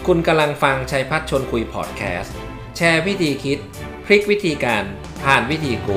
คุณกำลังฟังชัยพัฒน์ชวนคุยพอดแคสต์แชร์วิธีคิดพลิกวิธีการผ่านวิธีกู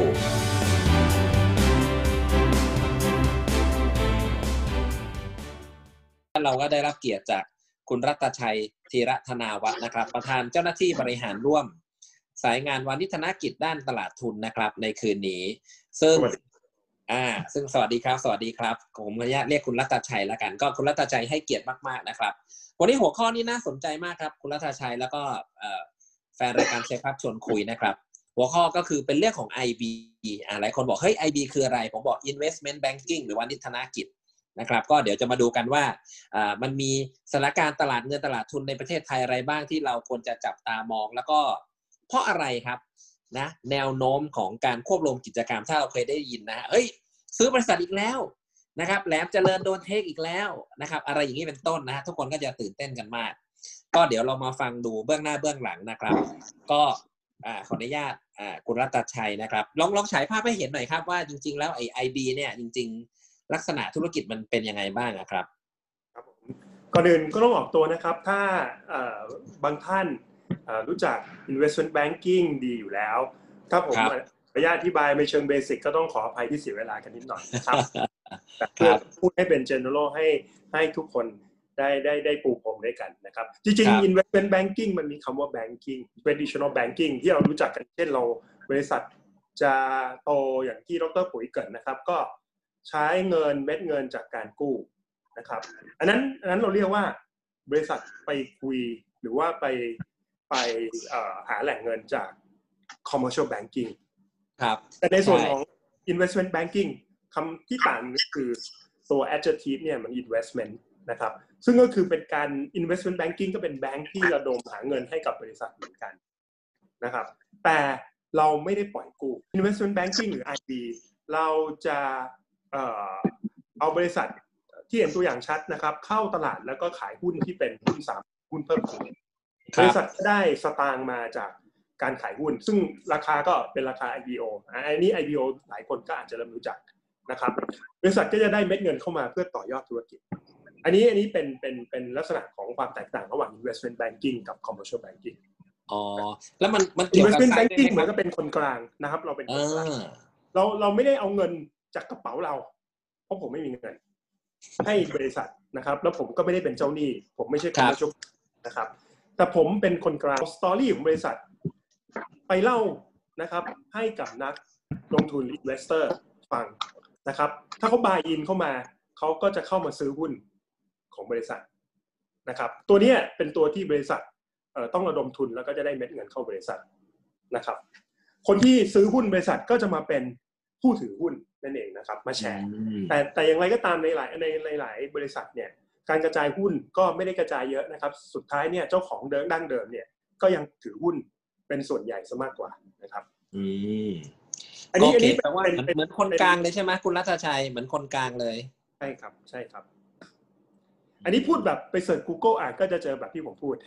เราก็ได้รับเกียรติจากคุณรัตชัยธีรธนาวัฒน์นะครับประธานเจ้าหน้าที่บริหารร่วมสายงานวานิชธนกิจด้านตลาดทุนนะครับในคืนนี้ซึ่งสวัสดีครับสวัสดีครับผมขออนุญาตเรียกคุณรัตชัยแล้วกันก็คุณรัตชัยให้เกียรติมากๆนะครับวันนี้หัวข้อนี้น่าสนใจมากครับคุณรัตชัยแล้วก็แฟนรายการชัยพัฒน์ชวนคุยนะครับหัวข้อก็คือเป็นเรื่องของ IB หลายคนบอกเฮ้ย IB คืออะไรผมบอก Investment Banking หรือวานิชธนกิจนะครับก็เดี๋ยวจะมาดูกันว่ามันมีสถานการณ์ตลาดเงินตลาดทุนในประเทศไทยอะไรบ้างที่เราควรจะจับตามองแล้วก็เพราะอะไรครับนะแนวโน้มของการควบรวมกิจกรรมถ้าเราเคยได้ยินนะเอ้ยซื้อบริษัทอีกแล้วนะครับแหลมเจริญโดนเทคอีกแล้วนะครับอะไรอย่างนี้เป็นต้นนะทุกคนก็จะตื่นเต้นกันมากก็เดี๋ยวเรามาฟังดูเบื้องหน้าเบื้องหลังนะครับก็ขออนุญาตคุณรัตชัยนะครับลองฉายภาพให้เห็นหน่อยครับว่าจริงๆแล้วไอ้ IB เนี่ยจริงๆลักษณะธุรกิจมันเป็นยังไงบ้างครับครับผมก่อนอื่นก็ต้องออกตัวนะครับถ้าบางท่านรู้จัก investment banking ดีอยู่แล้วถ้าผมขออนุญาตอธิบายในเชิงเบสิกก็ต้องขออภัยที่เสียเวลากันนิดหน่อยนะครับแต่เพื่อพูดให้เป็น general ให้ทุกคนได้ปูพรมด้วยกันนะครับจริงๆ investment banking มันมีคำว่า banking traditional banking ที่เรารู้จักกันเช่นเราบริษัทจะโตอย่างที่ดร.ปุ๋ยเกริ่นนะครับก็ใช้เงินเม็ดเงินจากการกู้นะครับอันนั้นเราเรียกว่าบริษัทไปคุยหรือว่าไปหาแหล่งเงินจาก commercial banking ครับแต่ในส่วนของ investment banking คำที่ต่างคือตัว adjective เนี่ยมัน investment นะครับซึ่งก็คือเป็นการ investment banking ก็เป็นแบงค์ที่ระดมหาเงินให้กับบริษัทเหมือนกันนะครับแต่เราไม่ได้ปล่อยกู้ investment banking หรือ IB เราจะเอาบริษัทที่เห็นตัวอย่างชัดนะครับเข้าตลาดแล้วก็ขายหุ้นที่เป็นหุ้นหุ้นเพิ่มทุนบริษัทได้สตางค์มาจากการขายหุ้นซึ่งราคาก็เป็นราคา IPO อันนี้ IPO หลายคนก็อาจจะเริ่มรู้จักนะครับบริษัทก็จะได้เม็ดเงินเข้ามาเพื่อต่อยอดธุรกิจอันนี้เป็นลักษณะของความแตกต่างระหว่าง investment banking กับ commercial banking แล้วมันเกี่ยวกับ investment banking เหมือนกับเป็นคนกลางนะครับเราเป็นคนกลางเราไม่ได้เอาเงินจากกระเป๋าเราเพราะผมไม่มีเงินให้บริษัทนะครับแล้วผมก็ไม่ได้เป็นเจ้าหนี้ผมไม่ใช่คนมาชุบนะครับแต่ผมเป็นคนกลางสตอรี่ของบริษัทไปเล่านะครับให้กับนักลงทุน investor ฟังนะครับถ้าเขา buy in เข้ามาเขาก็จะเข้ามาซื้อหุ้นของบริษัทนะครับตัวนี้เป็นตัวที่บริษัทต้องระดมทุนแล้วก็จะได้เม็ดเงินเข้าบริษัทนะครับคนที่ซื้อหุ้นบริษัทก็จะมาเป็นผู้ถือหุ้นนั่นเองนะครับมาแชร์แต่อย่างไรก็ตามในหลายบริษัทเนี่ยการกระจายหุ้นก็ไม่ได้กระจายเยอะนะครับสุดท้ายเนี่ยเจ้าของดั้งเดิมเนี่ยก็ยังถือหุ้นเป็นส่วนใหญ่ซะมากกว่านะครับอันนี้แปลว่าเหมือนคนกลางเลยใช่ไหมคุณรัตชัยเหมือนคนกลางเลยใช่ครับอันนี้พูดแบบไปเสิร์ช Google ก็จะเจอแบบที่ผมพูด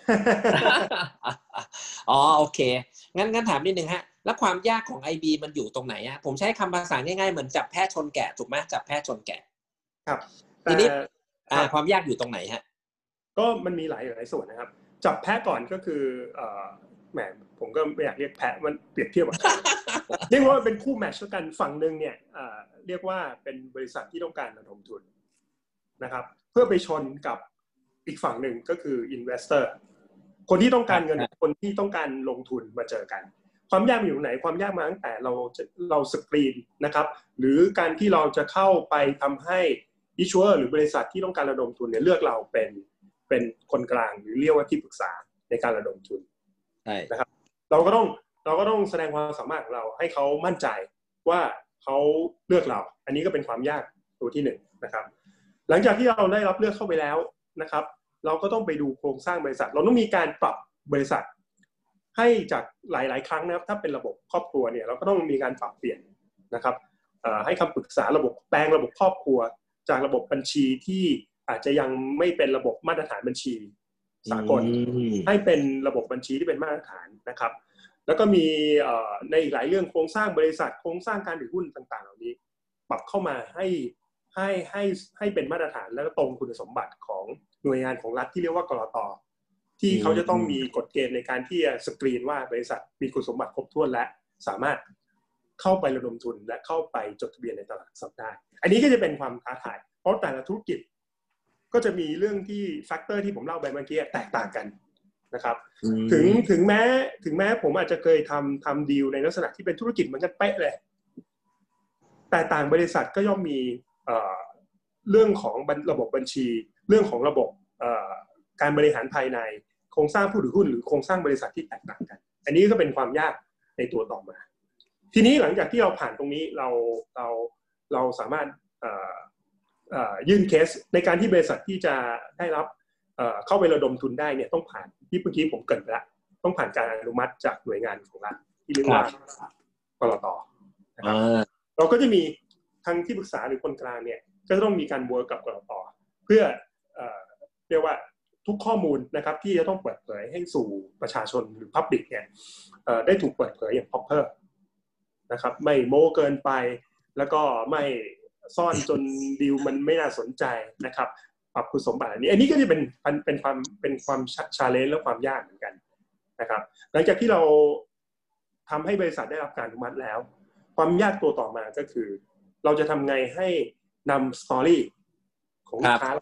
โอเคงั้นถามนิดนึงฮะแล้วความยากของ IB มันอยู่ตรงไหนฮะผมใช้คำภาษาง่ายๆเหมือนจับแพะชนแกะถูกไหมจับแพะชนแกะครับทีนี้ความยากอยู่ตรงไหนฮะก็มันมีหลายส่วนนะครับจับแพะก่อนก็คือแหมผมก็ไม่อยากเรียกแพะมันเปรียบเทียบกับเรียกว่าเป็นคู่แมทช์กันฝั่งนึงเนี่ยเรียกว่าเป็นบริษัทที่ต้องการระดมทุนนะครับเพื่อไปชนกับอีกฝั่งหนึ่งก็คือ investor คนที่ต้องการเงินคนที่ต้องการลงทุนมาเจอกันความยากอยู่ไหนความยากมาตั้งแต่เราสกรีนนะครับหรือการที่เราจะเข้าไปทำให้ issuer หรือบริษัทที่ต้องการระดมทุนเนี่ยเลือกเราเป็นคนกลางหรือเรียกว่าที่ปรึกษาในการระดมทุนนะครับเราก็ต้องแสดงความสามารถของเราให้เขามั่นใจว่าเขาเลือกเราอันนี้ก็เป็นความยากตัวที่1นะครับหลังจากที่เราได้รับเลือกเข้าไปแล้วนะครับเราก็ต้องไปดูโครงสร้างบริษัทเราต้องมีการปรับบริษัทให้จากหลายๆครั้งนะครับถ้าเป็นระบบครอบครัวเนี่ยเราก็ต้องมีการปรับเปลี่ยนนะครับให้คำปรึกษาระบบแปลงระบบครอบครัวจากระบบบัญชีที่อาจจะยังไม่เป็นระบบมาตรฐานบัญชีสากลให้เป็นระบบบัญชีที่เป็นมาตรฐานนะครับแล้วก็มีในอีกหลายเรื่องโครงสร้างบริษัทโครงสร้างการถือหุ้นต่างๆเหล่านี้ปรับเข้ามาให้เป็นมาตรฐานและตรงคุณสมบัติของหน่วยงานของรัฐที่เรียกว่ากลต.นที่เขาจะต้องมีกฎเกณฑ์ในการที่จะสกรีนว่าบริษัทมีคุณสมบัติครบถ้วนและสามารถเข้าไประดมทุนและเข้าไปจดทะเบียนในตลาดหลักทรัพย์ได้อันนี้ก็จะเป็นความท้าทายเพราะแต่ละธุรกิจก็จะมีเรื่องที่แฟกเตอร์ที่ผมเล่าไปเมื่อกี้แตกต่างกันนะครับถึงแม้ผมอาจจะเคยทำดีลในลักษณะที่เป็นธุรกิจเหมือนกันเป๊ะเลยแต่ต่างบริษัทก็ย่อมมีเรื่องของระบบบัญชีเรื่องของระบบการบริหารภายในโครงสร้างผู้ถือหุ้นหรือโครงสร้างบริษัทที่แตกต่างกันอันนี้ก็เป็นความยากในตัวต่อมาทีนี้หลังจากที่เราผ่านตรงนี้เราสามารถยื่นเคสในการที่บริษัทที่จะได้รับเข้าไประดมทุนได้เนี่ยต้องผ่านที่เมื่อกี้ผมเกริ่นไปแล้วต้องผ่านการอนุมัติจากหน่วยงานของรัฐที่เรียกว่ากลต.นะครับเราก็จะมีทางที่ปรึกษาหรือคนกลางเนี่ยก็ต้องมีการเวิร์กกับกลต.เพื่อเรียกว่าทุกข้อมูลนะครับที่จะต้องเปิดเผยให้สู่ประชาชนหรือ Public เนี่ยได้ถูกเปิดเผยอย่าง proper นะครับไม่โม้เกินไปแล้วก็ไม่ซ่อนจนดีลมันไม่น่าสนใจนะครับปรับคุณสมบัติอันนี้ก็จะเป็นความชาเลนจ์และความยากเหมือนกันนะครับหลังจากที่เราทำให้บริษัทได้รับการอนุมัติแล้วความยากตัวต่อมาก็คือเราจะทำไงให้นำสตอรี่ของลูกค้า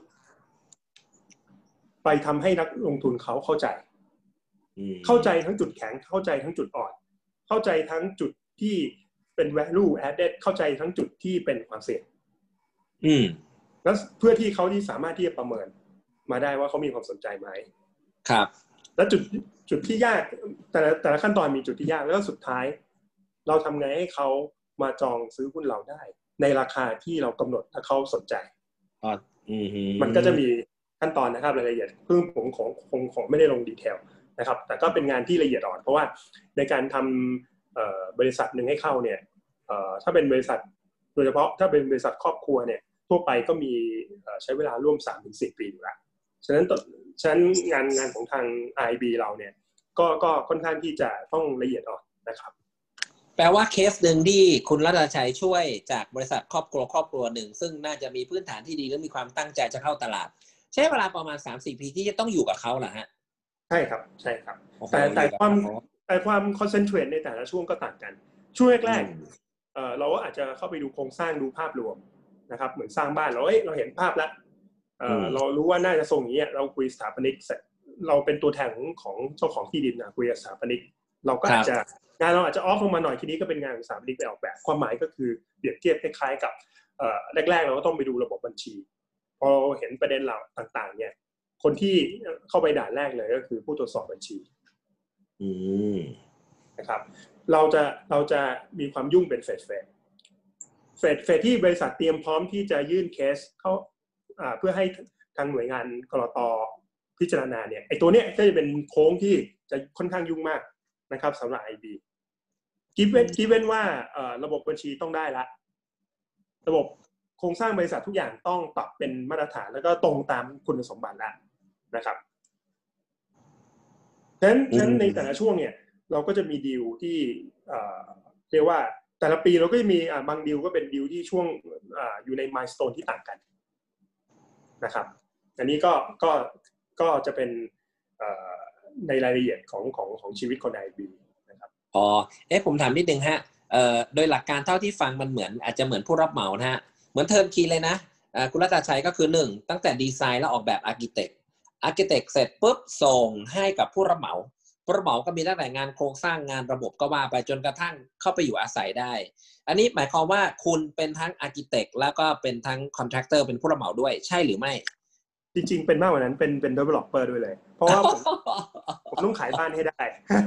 ไปทำให้นักลงทุนเขาเข้าใจทั้งจุดแข็งเข้าใจทั้งจุดอ่อนเข้าใจทั้งจุดที่เป็น value added เข้าใจทั้งจุดที่เป็นความเสี่ยงแล้วเพื่อที่เขาที่สามารถที่จะประเมินมาได้ว่าเขามีความสนใจไหมครับแล้วจุดที่ยากแต่ละขั้นตอนมีจุดที่ยากแล้วสุดท้ายเราทำไงให้เขามาจองซื้อหุ้นเราได้ในราคาที่เรากำหนดถ้าเขาสนใจมันก็จะมีขั้นตอนนะครับรายละเอียดซึ่งผมคงไม่ได้ลงดีเทลนะครับแต่ก็เป็นงานที่ละเอียดอ่อนเพราะว่าในการทำบริษัทหนึ่งให้เข้าเนี่ยถ้าเป็นบริษัทโดยเฉพาะถ้าเป็นบริษัทครอบครัวเนี่ยทั่วไปก็มีใช้เวลาร่วม 3-4 ปีอยู่แล้วฉะนั้นงานของทาง IB เราเนี่ยก็ค่อนข้างที่จะต้องละเอียดอ่อนนะครับแปลว่าเคสหนึ่งที่คุณรัตนชัยช่วยจากบริษัทครอบครัวหนึ่งซึ่งน่าจะมีพื้นฐานที่ดีและมีความตั้งใจจะเข้าตลาดใช้เวลาประมาณ 3-4 ปีที่จะต้องอยู่กับเขาเหรอฮะใช่ครับแต่ความคอนเซนเทรตในแต่ละช่วงก็ต่างกันช่วงแรกๆเราอาจจะเข้าไปดูโครงสร้างดูภาพรวมนะครับเหมือนสร้างบ้านเราเห็นภาพแล้วเรารู้ว่าน่าจะทรงนี้เราคุยสถาปนิกเราเป็นตัวแทนของเจ้าของที่ดินนะคุยกับสถาปนิกเราก็อาจจะงานเราอาจจะออฟลงมาหน่อยทีนี้ก็เป็นงานของสถาปนิกไปออกแบบความหมายก็คือเปรียบเทียบคล้ายๆกับแรกๆเราก็ต้องไปดูระบบบัญชีพอเห็นประเด็นเหล่าต่างๆเนี่ยคนที่เข้าไปด่านแรกเลยก็คือผู้ตรวจสอบบัญชีนะครับเราจะมีความยุ่งเป็นเฟสที่บริษัทเตรียมพร้อมที่จะยื่นเคสเข้าเพื่อให้ทางหน่วยงานกลต.พิจารณาเนี่ยไอ้ตัวเนี้ยก็จะเป็นโค้งที่จะค่อนข้างยุ่งมากนะครับสำหรับ IB กิฟเว้นว่าระบบบัญชีต้องได้ละระบบโครงสร้างบริษัททุกอย่างต้องปรับเป็นมาตรฐานแล้วก็ตรงตามคุณสมบัติแล้วนะครับฉะนั้นในแต่ละช่วงเนี่ยเราก็จะมีดีลที่เรียกว่าแต่ละปีเราก็จะมีบางดีลก็เป็นดีลที่ช่วงอยู่ในมายสโตนที่ต่างกันนะครับอันนี้ก็จะเป็นในรายละเอียดของชีวิตคน IB นะครับผมถามนิดนึงฮะโดยหลักการเท่าที่ฟังมันอาจจะเหมือนผู้รับเหมานะฮะเหมือนเทิร์นคีย์เลยนะคุณรัตนชัยก็คือ1ตั้งแต่ดีไซน์แล้วออกแบบอาร์คิเต็กเสร็จปุ๊บส่งให้กับผู้รับเหมาก็มีตั้งแต่งานโครงสร้างงานระบบก็ว่าไปจนกระทั่งเข้าไปอยู่อาศัยได้อันนี้หมายความว่าคุณเป็นทั้งอาร์คิเต็กแล้วก็เป็นทั้งคอนแทคเตอร์เป็นผู้รับเหมาด้วยใช่หรือไม่จริงๆเป็นมากกว่านั้นเป็น developer ด้วยเลยเพราะว่าผมต้องขายบ้านให้ได้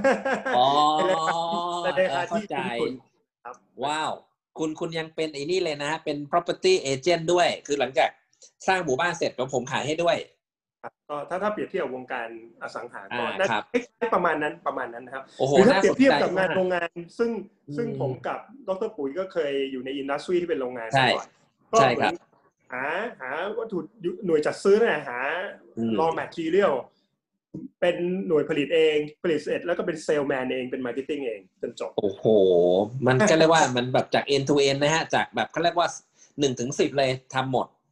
ในราคาที่ครับว้าวคุณยังเป็นไอ้นี่เลยนะเป็น property agent ด้วยคือหลังจากสร้างหมู่บ้านเสร็จแล้วผมขายให้ด้วยก็ถ้าเปรียบเทียบวงการอสังหาก็น่าจะประมาณนั้นนะครับหรือถ้าเปรียบเทียบกับงานโรงงานซึ่งผมกับดร.ปุ๋ยก็เคยอยู่ในอินดัสทรีที่เป็นโรงงานมาก่อนก็เหมือนหาวัตถุหน่วยจัดซื้อเนี่ยหา raw material เป็นหน่วยผลิตเองผลิตเสร็จแล้วก็เป็นเซลแมนเองเป็นมาร์เก็ตติ้งเองจนจบโอ้โหมันก็เรียกว่ามันแบบจาก end to end นะฮะจากแบบเขาเรียกว่า1 ถึง 10เลยทำหมด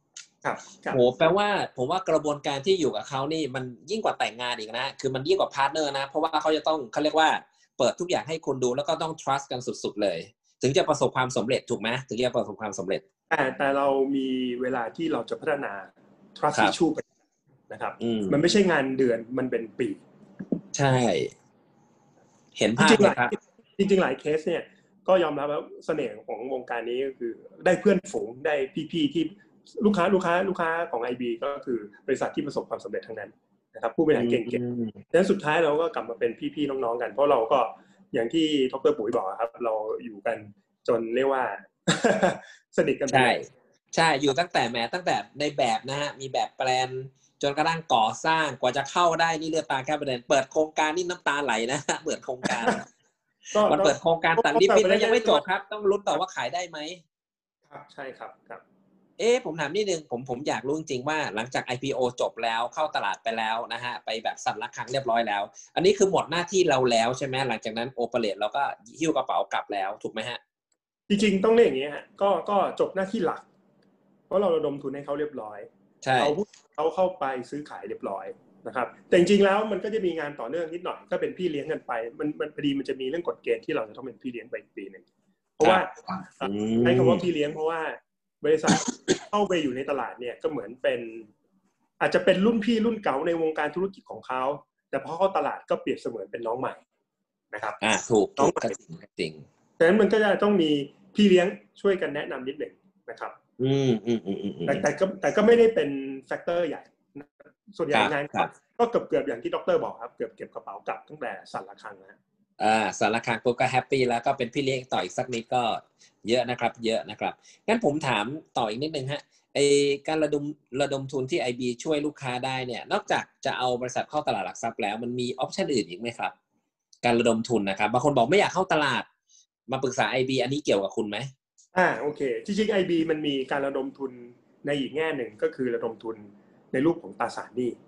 ครับโหแปลว่าผมว่ากระบวนการที่อยู่กับเขานี่มันยิ่งกว่าแต่งงานอีกนะคือมันยิ่งกว่าพาร์ทเนอร์นะเพราะว่าเขาจะต้องเขาเรียกว่าเปิดทุกอย่างให้คุณดูแล้วก็ต้อง trust กันสุดๆเลยถึงจะประสบความสำเร็จถูกไหมถึงจะประสบความสำเร็จแต่เรามีเวลาที่เราจะพัฒนา trust ครับ issue ไปนะครับมันไม่ใช่งานเดือนมันเป็นปีใช่เห็นภาพเลยครับจริงๆหลายเคสเนี่ยก็ยอมรับว่าเสน่ห์ของวงการนี้ก็คือได้เพื่อนฝูงได้พี่ๆที่ลูกค้าของ IB ก็คือบริษัทที่ประสบความสำเร็จทั้งนั้นนะครับผู้บริหารเก่งๆดังนั้นสุดท้ายเราก็กลับมาเป็นพี่ๆน้องๆกันเพราะเราก็อย่างที่ดร.ปุ๋ยบอกครับเราอยู่กันจนเรียกว่า สนิทกันไปใช่อยู่ตั้งแต่ในแบบนะฮะมีแบบแปลนจนกระทั่งก่อสร้างกว่าจะเข้าได้นี่เลือดตาแค่ประเด็นเปิดโครงการนี่น้ำตาไหลนะเปิดโครงการมันเปิดโครงการตัดลิมิตแล้วยังไม่จบครับต้องลุ้นต่อว่าขายได้ไหมครับใช่ครับผมถามนิดนึงผมอยากรู้จริงๆว่าหลังจาก IPO จบแล้วเข้าตลาดไปแล้วนะฮะไปแบบสั่นระฆังเรียบร้อยแล้วอันนี้คือหมดหน้าที่เราแล้วใช่ไหมหลังจากนั้นโอเปเรตเราก็หิ้วกระเป๋ากลับแล้วถูกไหมฮะจริงๆต้องเรียกอย่างนี้ฮะก็จบหน้าที่หลักเพราะเราระดมทุนให้เขาเรียบร้อยเขาเข้าไปซื้อขายเรียบร้อยนะครับแต่จริงๆแล้วมันก็จะมีงานต่อเนื่องนิดหน่อยก็เป็นพี่เลี้ยงกันไปมันพอดีมันจะมีเรื่องกฎเกณฑ์ที่เราจะต้องเป็นพี่เลี้ยงไปอีกปีนึงเพราะว่าใช้คำว่าพี่เลี้ยงเพราะว่าบริษัทเข้าไปอยู่ในตลาดเนี่ยก็เหมือนเป็นอาจจะเป็นรุ่นพี่รุ่นเก่าในวงการธุรกิจของเขาแต่พอเข้าตลาดก็เปรียบเสมือนเป็นน้องใหม่นะครับถูกน้องใหม่จริงดังนั้นมันก็จะต้องมีพี่เลี้ยงช่วยกันแนะนำนิดหนึ่งนะครับแต่ก็ไม่ได้เป็นแฟกเตอร์ใหญ่ส่วนใหญ่งานก็เกือบอย่างที่ดร.บอกครับเกือบเก็บกระเป๋ากลับตั้งแต่สั่นระฆังนะสั่นระฆังปุ๊บก็แฮปปี้แล้วก็เป็นพี่เลี้ยงต่ออีกสักนิดก็เยอะนะครับงั้นผมถามต่ออีกนิดนึงฮะการระดมทุนที่ IB ช่วยลูกค้าได้เนี่ยนอกจากจะเอาบริษัทเข้าตลาดหลักทรัพย์แล้วมันมีออปชันอื่นอีกไหมครับการระดมทุนนะครับบางคนบอกไม่อยากเข้าตลาดมาปรึกษา IB อันนี้เกี่ยวกับคุณไหมโอเคจริงๆ IB มันมีการระดมทุนในอีกแง่หนึ่งก็คือระดมทุนในรูปของตราสารหนี้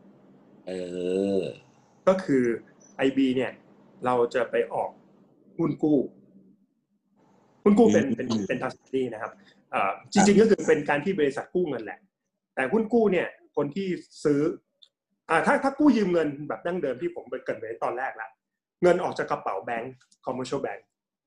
ก็คือ IB เนี่ยเราจะไปออกหุ้นกู้เป็นตราสารหนี้นะครับจริงๆก็คือเป็นการที่บริษัทกู้เงินแหละแต่หุ้นกู้เนี่ยคนที่ซื้อถ้ากู้ยืมเงินแบบดั้งเดิมที่ผมไปเกริ่นไว้ตอนแรกแล้วเงินออกจากกระเป๋าแบงก์ commercial bank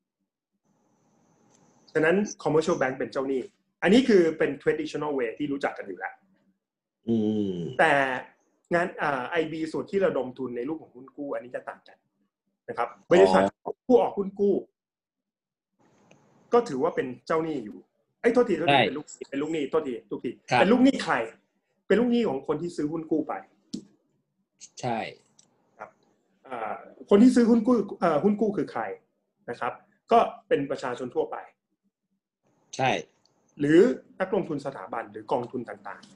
ฉะนั้น commercial bank เป็นเจ้าหนี้อันนี้คือเป็น traditional way ที่รู้จักกันอยู่แล้วแต่งานIB ส่วนที่ระดมทุนในรูปของหุ้นกู้อันนี้จะต่างกันนะครับบริษัทผู้ออกหุ้นกู้ก็ถือว่าเป็นเจ้าหนี้อยู่โทษทีเป็นลูกหนี้โทษทีเป็นลูกหนี้ใครเป็นลูกหนี้ของคนที่ซื้อหุ้นกู้ไปใช่ครับคนที่ซื้อหุ้นกู้คือใครนะครับก็เป็นประชาชนทั่วไปใช่หรือนักลงทุนสถาบันหรือกองทุนต่าง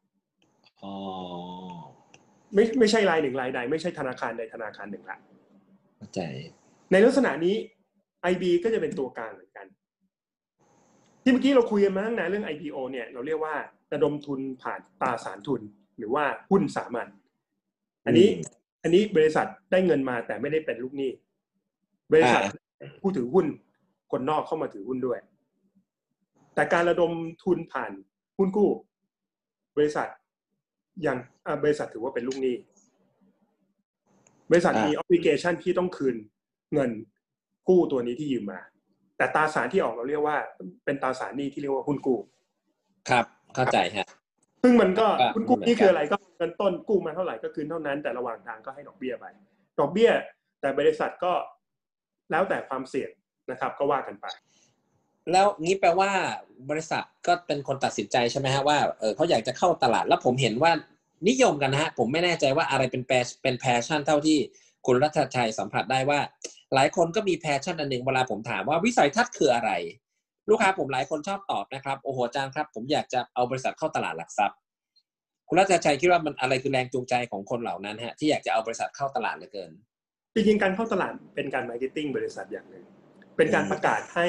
ๆไม่ใช่รายหนึ่งรายใดไม่ใช่ธนาคารใดธนาคารหนึ่งละเข้าใจในลักษณะนี้ IB ก็จะเป็นตัวกลางเหมือนกันที่เมื่อกี้เราคุยกันมาตั้งนานเรื่อง IPO เนี่ยเราเรียกว่าระดมทุนผ่านตราสารทุนหรือว่าหุ้นสามัญอันนี้บริษัทได้เงินมาแต่ไม่ได้เป็นลูกหนี้บริษัทผู้ถือหุ้นคนนอกเข้ามาถือหุ้นด้วยแต่การระดมทุนผ่านหุ้นกู้บริษัทถือว่าเป็นลูกหนี้บริษัทมี obligation ที่ต้องคืนเงินกู้ตัวนี้ที่ยืมมาแต่ตราสารที่ออกเราเรียกว่าเป็นตราสารหนี้ที่เรียกว่าหุ้นกู้ครับเข้าใจฮะซึ่งมันก็หุ้นกู้นี่คืออะไรก็เงินต้นกู้มาเท่าไหร่ก็คืนเท่านั้นแต่ระหว่างทางก็ให้ดอกเบี้ยไปดอกเบี้ยแต่บริษัทก็แล้วแต่ความเสี่ยงนะครับก็ว่ากันไปแล้วงี้แปลว่าบริษัทก็เป็นคนตัดสินใจใช่ไหมฮะว่าเขาอยากจะเข้าตลาดแล้วผมเห็นว่านิยมกันนะฮะผมไม่แน่ใจว่าอะไรเป็นแพชชั่นเท่าที่คุณรัตชัยสัมผัสได้ว่าหลายคนก็มีแพชชั่นอันหนึ่งเวลาผมถามว่าวิสัยทัศน์คืออะไรลูกค้าผมหลายคนชอบตอบนะครับโอ้โหอาจารย์ครับผมอยากจะเอาบริษัทเข้าตลาดหลักทรัพย์คุณรัตชัยคิดว่ามันอะไรคือแรงจูงใจของคนเหล่านั้นฮะที่อยากจะเอาบริษัทเข้าตลาดเหลือเกินจริงๆการเข้าตลาดเป็นการมาร์เก็ตติ้งบริษัทอย่างหนึ่งเป็นการประกาศให้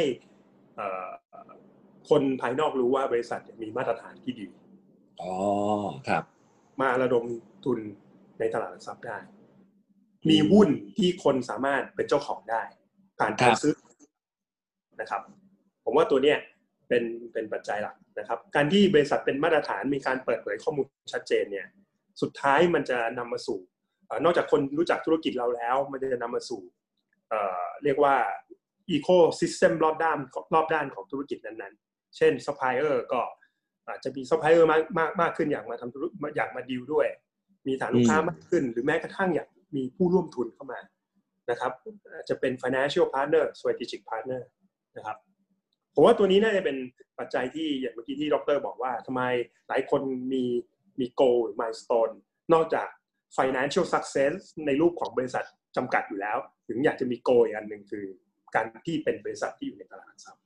คนภายนอกรู้ว่าบริษัทมีมาตรฐานที่ดีครับมาระดมทุนในตลาดหลักทรัพย์ได้มีหุ้นที่คนสามารถเป็นเจ้าของได้ผ่านการซื้อนะครับผมว่าตัวเนี้ยเป็นปัจจัยหลักนะครับการที่บริษัทเป็นมาตรฐานมีการเปิดเผยข้อมูลชัดเจนเนี่ยสุดท้ายมันจะนำมาสู่นอกจากคนรู้จักธุรกิจเราแล้วมันจะนำมาสู่เรียกว่าอีโคซิสเต็มรอบด้านของธุรกิจนั้นๆเช่นซัพพลายเออร์ก็อาจจะมีซัพพลายเออร์มากขึ้นอยากมาทำธุรกิจอยากมาดีลด้วยมีฐานลูกค้ามากขึ้นหรือแม้กระทั่งอยากมีผู้ร่วมทุนเข้ามานะครับจะเป็น financial partner strategic partner นะครับผมว่าตัวนี้น่าจะเป็นปัจจัยที่อย่างเมื่อกี้ที่ดร.บอกว่าทำไมหลายคนมี goal หรือ milestone นอกจาก financial success ในรูปของบริษัทจำกัดอยู่แล้วถึงอยากจะมี goal อีกอันหนึ่งคือการที่เป็นบริษัทที่อยู่ในตลาดหลักทรัพย์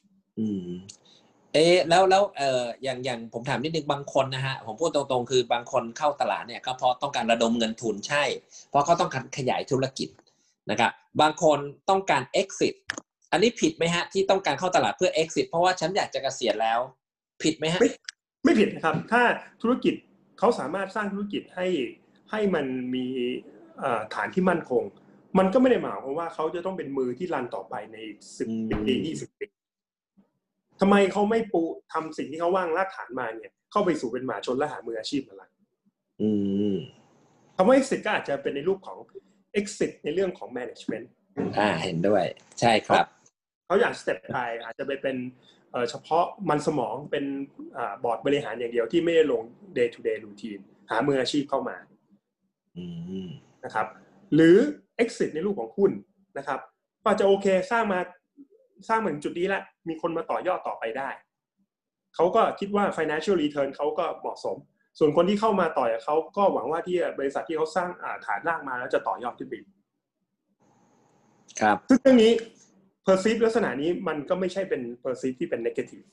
แล้วอย่างผมถามนิดนึงบางคนนะฮะผมพูดตรงๆคือบางคนเข้าตลาดเนี่ยก็เพราะต้องการระดมเงินทุนใช่เพราะเขาต้องการขยายธุรกิจนะครับบางคนต้องการ exit อันนี้ผิดไหมฮะที่ต้องการเข้าตลาดเพื่อ exit เพราะว่าฉันอยากจะเกษียณแล้วผิดไหมฮะไม่ผิดนะครับถ้าธุรกิจเขาสามารถสร้างธุรกิจให้มันมีฐานที่มั่นคงมันก็ไม่ได้หมายความว่าเขาจะต้องเป็นมือที่รันต่อไปใน10 ปี 20 ปีทำไมเขาไม่ทำสิ่งที่เขาว่างรากฐานมาเนี่ยเข้าไปสู่เป็นหมาชนและหามืออาชีพมาละคำว่า exit ก็อาจจะเป็นในรูปของ exit ในเรื่องของ management เห็นด้วยใช่ครับเขาอยาก step ไปอาจจะไปเป็นเฉพาะมันสมองเป็นบอร์ดบริหารอย่างเดียวที่ไม่ได้ลง day to day routine หามืออาชีพเข้ามานะครับหรือ exit ในรูปของหุ้นนะครับก็จะโอเคสร้างมาถึงจุดนี้แล้วมีคนมาต่อยอดต่อไปได้เขาก็คิดว่า financial return เขาก็เหมาะสมส่วนคนที่เข้ามาต่อเขาก็หวังว่าที่บริษัทที่เขาสร้างฐานรากมาแล้วจะต่อยอดขึ้นไปครับซึ่งเรื่องนี้ perceive ลักษณะนี้มันก็ไม่ใช่เป็น perceive ที่เป็น negative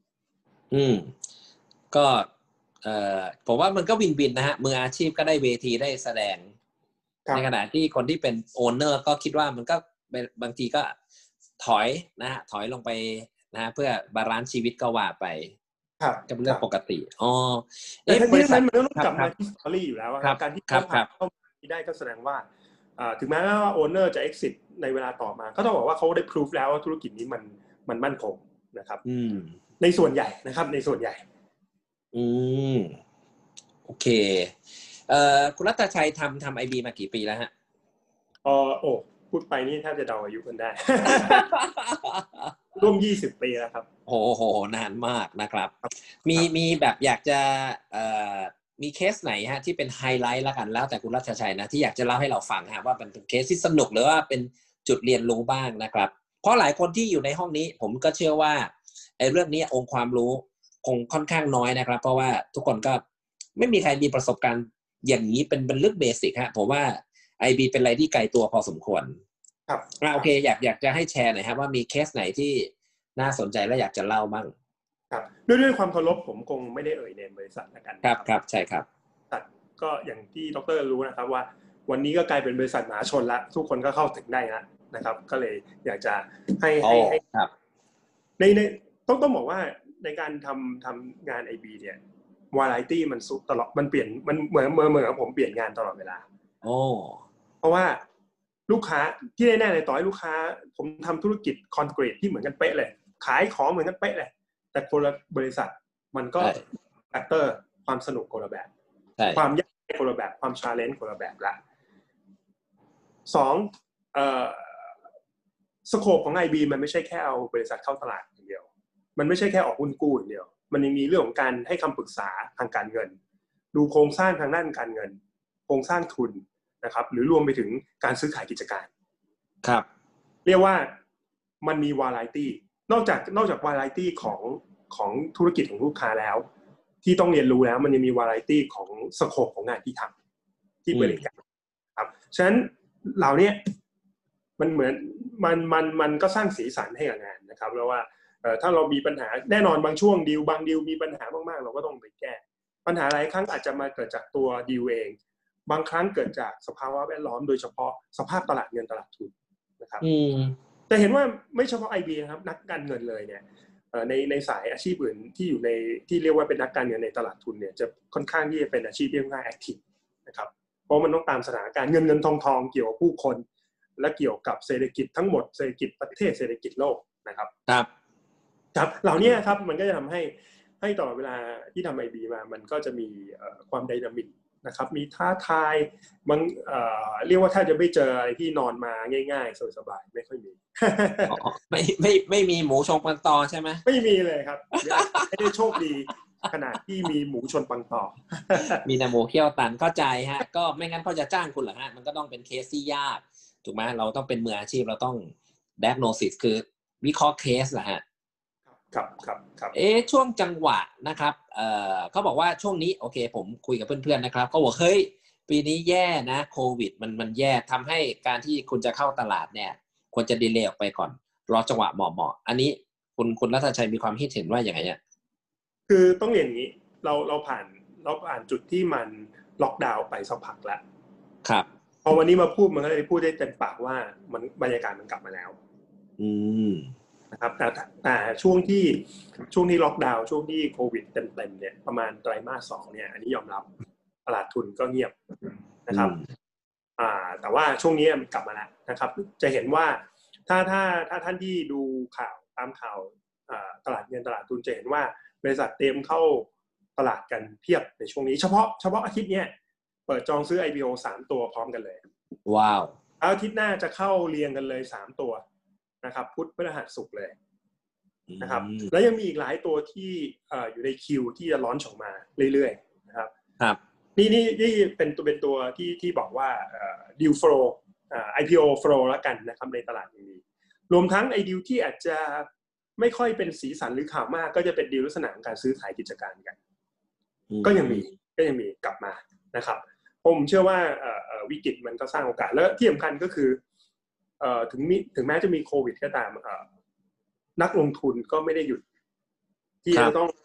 ก็ผมว่ามันก็วินนะฮะมืออาชีพก็ได้เวทีได้แสดงในขณะที่คนที่เป็นโอนเนอร์ก็คิดว่ามันก็บางทีก็ถอยนะฮะถอยลงไปนะเพื่อบาลานซ์ชีวิตก็ว่าไปก็เป็นเรื่องปกติแต่ทั้งนี้นั้นมันต้องกลับมาที่สตอรี่อยู่แล้วครับการที่เขาผ่านเข้ามาได้ก็แสดงว่าถึงแม้ว่าโอนเนอร์จะ exit ในเวลาต่อมาก็ต้องบอกว่าเขาได้พิสูจแล้วว่าธุรกิจนี้มันมั่นคงนะครับในส่วนใหญ่นะครับในส่วนใหญ่โอเคคุณรัตชัยทำ IB มากี่ปีแล้วฮะพูดไปนี่แทบจะเดาอายุกันได้ ร่วม20 ปีแล้วครับโอ้โหนานมากนะครับมีแบบอยากจะมีเคสไหนฮะที่เป็นไฮไลท์แล้วกันแล้วแต่คุณรัตชัยนะที่อยากจะเล่าให้เราฟังฮะว่าเป็นเคสที่สนุกหรือว่าเป็นจุดเรียนรู้บ้างนะครับเพราะหลายคนที่อยู่ในห้องนี้ผมก็เชื่อว่าไอ้เรื่องนี้องค์ความรู้คงค่อนข้างน้อยนะครับเพราะว่าทุกคนก็ไม่มีใครมีประสบการณ์อย่างนี้เป็นเรื่องเบสิกฮะผมว่า IB เป็นอะไรที่ไกลตัวพอสมควรครับโอเคอยากจะให้แชร์หน่อยครับว่ามีเคสไหนที่น่าสนใจและอยากจะเล่าบ้างครับด้วยความเคารพผมคงไม่ได้เอ่ยเนมบริษัทละกันครับใช่ครับก็อย่างที่ดร.รู้นะครับว่าวันนี้ก็กลายเป็นบริษัทมหาชนละทุกคนก็เข้าถึงได้แล้วนะครับก็เลยอยากจะให้ครับในต้องบอกว่าในการทำงาน IB เนี่ยวาไรตี้มันซุปตลอดมันเปลี่ยนมันเหมือนผมเปลี่ยนงานตลอดเวลาเพราะว่าลูกค้าที่แน่ๆเลยต่อให้ลูกค้าผมทำธุรกิจคอนกรีตที่เหมือนกันเป๊ะเลยขายของเหมือนกันเป๊ะเลยแต่คนละบริษัทมันก็แฟกเตอร์ความสนุกคนละแบบความยากคนละแบบความชาเลนจ์คนละแบบละสโคปของ IB มันไม่ใช่แค่เอาบริษัทเข้าตลาดอย่างเดียวมันไม่ใช่แค่ออกหุ้นกู้อย่างเดียวมันยังมีเรื่องของการให้คำปรึกษาทางการเงินดูโครงสร้างทางด้านการเงินโครงสร้างทุนนะครับหรือรวมไปถึงการซื้อขายกิจการครับเรียกว่ามันมีวาไรตี้นอกจากวาไรตี้ของธุรกิจของลูกค้าแล้วที่ต้องเรียนรู้แล้วมันยังมีวาไรตี้ของสโคปของงานที่ทำที่บริการครับฉะนั้นเหล่านี้มันเหมือนมันก็สร้างสีสันให้กับงานนะครับแล้วว่าถ้าเรามีปัญหาแน่นอนบางช่วงบางดีลมีปัญหามากๆเราก็ต้องไปแก้ปัญหาหลายครั้งอาจจะมาเกิดจากตัวดีลเองบางครั้งเกิดจากสภาวะแวดล้อมโดยเฉพาะสภาพตลาดเงินตลาดทุนนะครับแต่เห็นว่าไม่เฉพาะ IB นะครับนักการเงินเลยเนี่ยในสายอาชีพอื่นที่อยู่ในที่เรียกว่าเป็นนักการเงินในตลาดทุนเนี่ยจะค่อนข้างที่จะเป็นอาชีพที่ค่อนข้างแอคทีฟนะครับเพราะมันต้องตามสถานการณ์เงินทองเกี่ยวกับผู้คนและเกี่ยวกับเศรษฐกิจทั้งหมดเศรษฐกิจประเทศเศรษฐกิจโลกนะครับครับครับเหล่านี้ครับมันก็จะทำให้ต่อเวลาที่ทำ IB มามันก็จะมีความไดนามิกนะครับมีท้าทายบางเรียกว่าถ้าจะไม่เจออะไรที่นอนมาง่ายๆสบายๆไม่ค่อยมีไม่มีหมูชงปังตอใช่ไหมไม่มีเลยครับไม่ได้โชคดีขนาดที่มีหมูชนปังตอมีแต่หมูเขี้ยวตันเข้าใจฮะก็ไม่งั้นเขาจะจ้างคุณเหรอฮะมันก็ต้องเป็นเคสที่ยากถูกไหมเราต้องเป็นมืออาชีพเราต้อง diagnosis คือวิเคราะห์เคสแหละฮะครับช่วงจังหวะนะครับเขาบอกว่าช่วงนี้โอเคผมคุยกับเพื่อนๆนะครับเขาบอกเฮ้ยปีนี้แย่นะโควิดมันแย่ทำให้การที่คุณจะเข้าตลาดเนี่ยควรจะดีเลย์ออกไปก่อนรอจังหวะเหมาะๆอันนี้คุณรัตชัยมีความคิดเห็นว่าอย่างไรเนี่ยคือต้องเรียนอย่างนี้เราผ่านจุดที่มันล็อกดาวน์ไปสักพักแล้วครับพอวันนี้มาพูดมันก็เลยพูดได้เต็มปากว่ามันบรรยากาศมันกลับมาแล้วนะครับแต่ช่วงที่ล็อกดาวน์ช่วงที่โควิดเต็มเนี่ยประมาณไตรมาส 2เนี่ยอันนี้ยอมรับตลาดทุนก็เงียบนะครับแต่ว่าช่วงนี้มันกลับมาแล้วนะครับจะเห็นว่าถ้าท่านที่ดูข่าวตามข่าวตลาดเงินตลาดทุนจะเห็นว่าบริษัทเตรียมเข้าตลาดกันเพียบในช่วงนี้เฉพาะอาทิตย์นี้เปิดจองซื้อ IPO 3 ตัวพร้อมกันเลยว้าวอาทิตย์หน้าจะเข้าเรียงกันเลย3 ตัวนะครับพุธพฤหัสศุกร์เลยนะครับแล้วยังมีอีกหลายตัวที่อยู่ในคิวที่จะลอนช์ออกมาเรื่อยๆนะครับครับนี่เป็นตัวที่บอกว่าdeal flow IPO flow แล้วกันนะครับในตลาดนี้รวมทั้งไอ้ดีลที่อาจจะไม่ค่อยเป็นสีสันหรือข่าวมากก็จะเป็นดีลลักษณะของการซื้อขายกิจการกันก็ยังมีกลับมานะครับผมเชื่อว่าวิกฤตมันก็สร้างโอกาสแล้วที่สำคัญก็คือถึงแม้จะมีโควิดก็ตามนักลงทุนก็ไม่ได้หยุดที่จะต้อง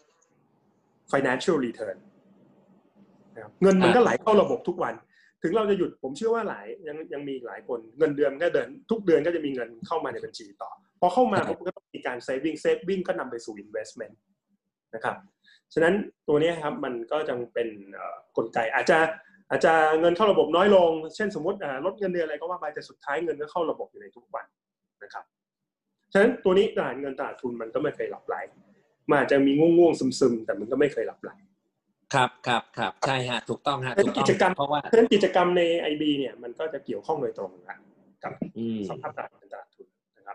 financial return นะครับเงินมันก็ไหลเข้าระบบทุกวันถึงเราจะหยุดผมเชื่อว่ายังมีหลายคนเงินเดือนก็เดินทุกเดือนก็จะมีเงินเข้ามาในบัญชีต่อพอเข้ามาก็ต้องมีการ saving ก็นำไปสู่ investment นะครับฉะนั้นตัวนี้ครับมันก็จะเป็นกลไกอาจจะเงินเข้าระบบน้อยลงเช่นสมมติลดเงินเดือนอะไรก็ว่าไปแต่สุดท้ายเงินก็เข้าระบบอยู่ในทุกวันนะครับฉะนั้นตัวนี้ตลาดเงินตลาดทุนมันก็ไม่เคยหลับไหลมันอาจจะมีง่วงซึมๆแต่มันก็ไม่เคยหลับไหลครับใช่ฮะถูกต้องฮะกิจกรรมเพราะว่ากิจกรรมใน IB เนี่ยมันก็จะเกี่ยวข้องโดยตรงกับสภาพตลาดทุนนะครับ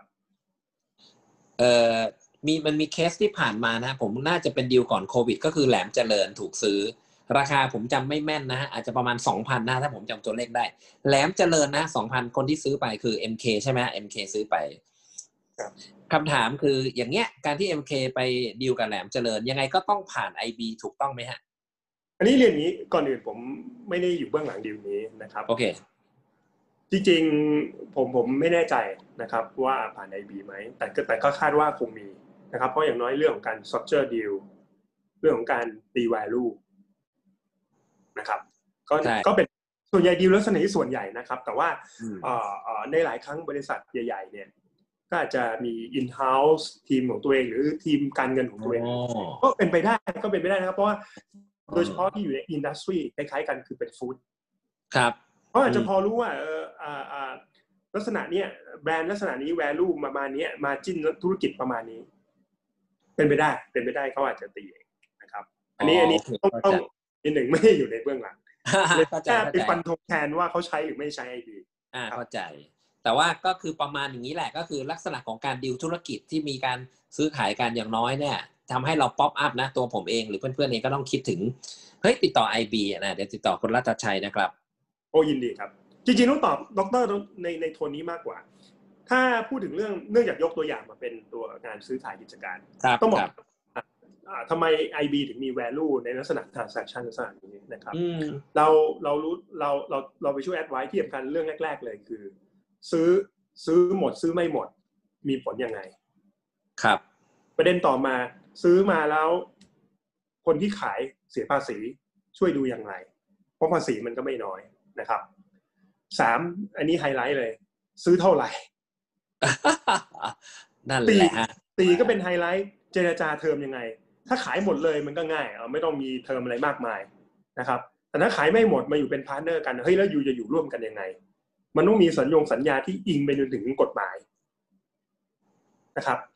มันมีเคสที่ผ่านมานะผมน่าจะเป็นดีลก่อนโควิดก็คือแหลมเจริญถูกซื้อราคาผมจำไม่แม่นนะฮะอาจจะประมาณ 2,000 นะถ้าผมจำตัวเลขได้แหลมเจริญนะ 2,000 คนที่ซื้อไปคือ MK ใช่ไหม MK ซื้อไปคำถามคืออย่างเงี้ยการที่ MK ไปดีลกับแหลมเจริญยังไงก็ต้องผ่าน IB ถูกต้องไหมฮะอันนี้เรียนนี้ก่อนอื่นผมไม่ได้อยู่เบื้องหลังดีลนี้นะครับโอเคจริงๆผมไม่แน่ใจนะครับว่าผ่าน IB ไหมแต่ก็คาดว่าคงมีนะครับเพราะอย่างน้อยเรื่องของการ structure deal เรื่องของการตี value นะครับก็เป็นส่วนใหญ่ดีลลักษณะที่ส่วนใหญ่นะครับแต่ว่าในหลายครั้งบริษัทใหญ่ๆเนี่ยก็อาจจะมี in-house ทีมของตัวเองหรือทีมการเงินของตัวเองก็เป็นไปได้นะครับเพราะว่าโดยเฉพาะที่อยู่ในอินดัสทรีคล้ายๆกันคือเป็นฟู้ดครับเพราะอาจจะพอรู้ว่าลักษณะเนี้ยแบรนด์ลักษณะนี้ value ประมาณนี้มาจิ้นธุรกิจประมาณนี้เป็นไปได้เขาอาจจะตีเองนะครับอันนี้ต้องนิดหนึ่งไม่ได้อยู่ในเบื้องหลังแค่ไปฟันธงแทนว่าเขาใช้หรือไม่ใช้ IB เข้าใจแต่ว่าก็คือประมาณอย่างนี้แหละก็คือลักษณะของการดีลธุรกิจที่มีการซื้อขายกันอย่างน้อยเนี่ยทำให้เราป๊อปอัพนะตัวผมเองหรือเพื่อนๆเองก็ต้องคิดถึงเฮ้ยติดต่อ IB นะเดี๋ยวติดต่อคุณรัตชัยนะครับโอ้ยินดีครับจริงๆต้องตอบดร.ในโทนนี้มากกว่าถ้าพูดถึงเนื่องจากยกตัวอย่างมาเป็นตัวงานซื้อขายกิจการต้องบอกทำไม IB ถึงมี value ในลักษณะ transaction ลักษณะนี้นะครับเราไปช่วย advice ที่สำคัญเรื่องแรกๆเลยคือซื้อหมดซื้อไม่หมดมีผลยังไงครับประเด็นต่อมาซื้อมาแล้วคนที่ขายเสียภาษีช่วยดูอย่างไรเพราะภาษีมันก็ไม่น้อยนะครับ3อันนี้ไฮไลท์เลยซื้อเท่าไหร่นั่นแหละฮะ 4ก็เป็นไฮไลท์เจรจาเทอมยังไงถ้าขายหมดเลยมันก็ง่ายไม่ต้องมีเทอมอะไรมากมายนะครับแต่ถ้าขายไม่หมดมาอยู่เป็นพาร์ทเนอร์กันเฮ้ยแล้วอยู่จะอยู่ร่วมกันยังไงมันต้องมีสัญญาที่อิงไปจนถึงกฎหมายนะครับ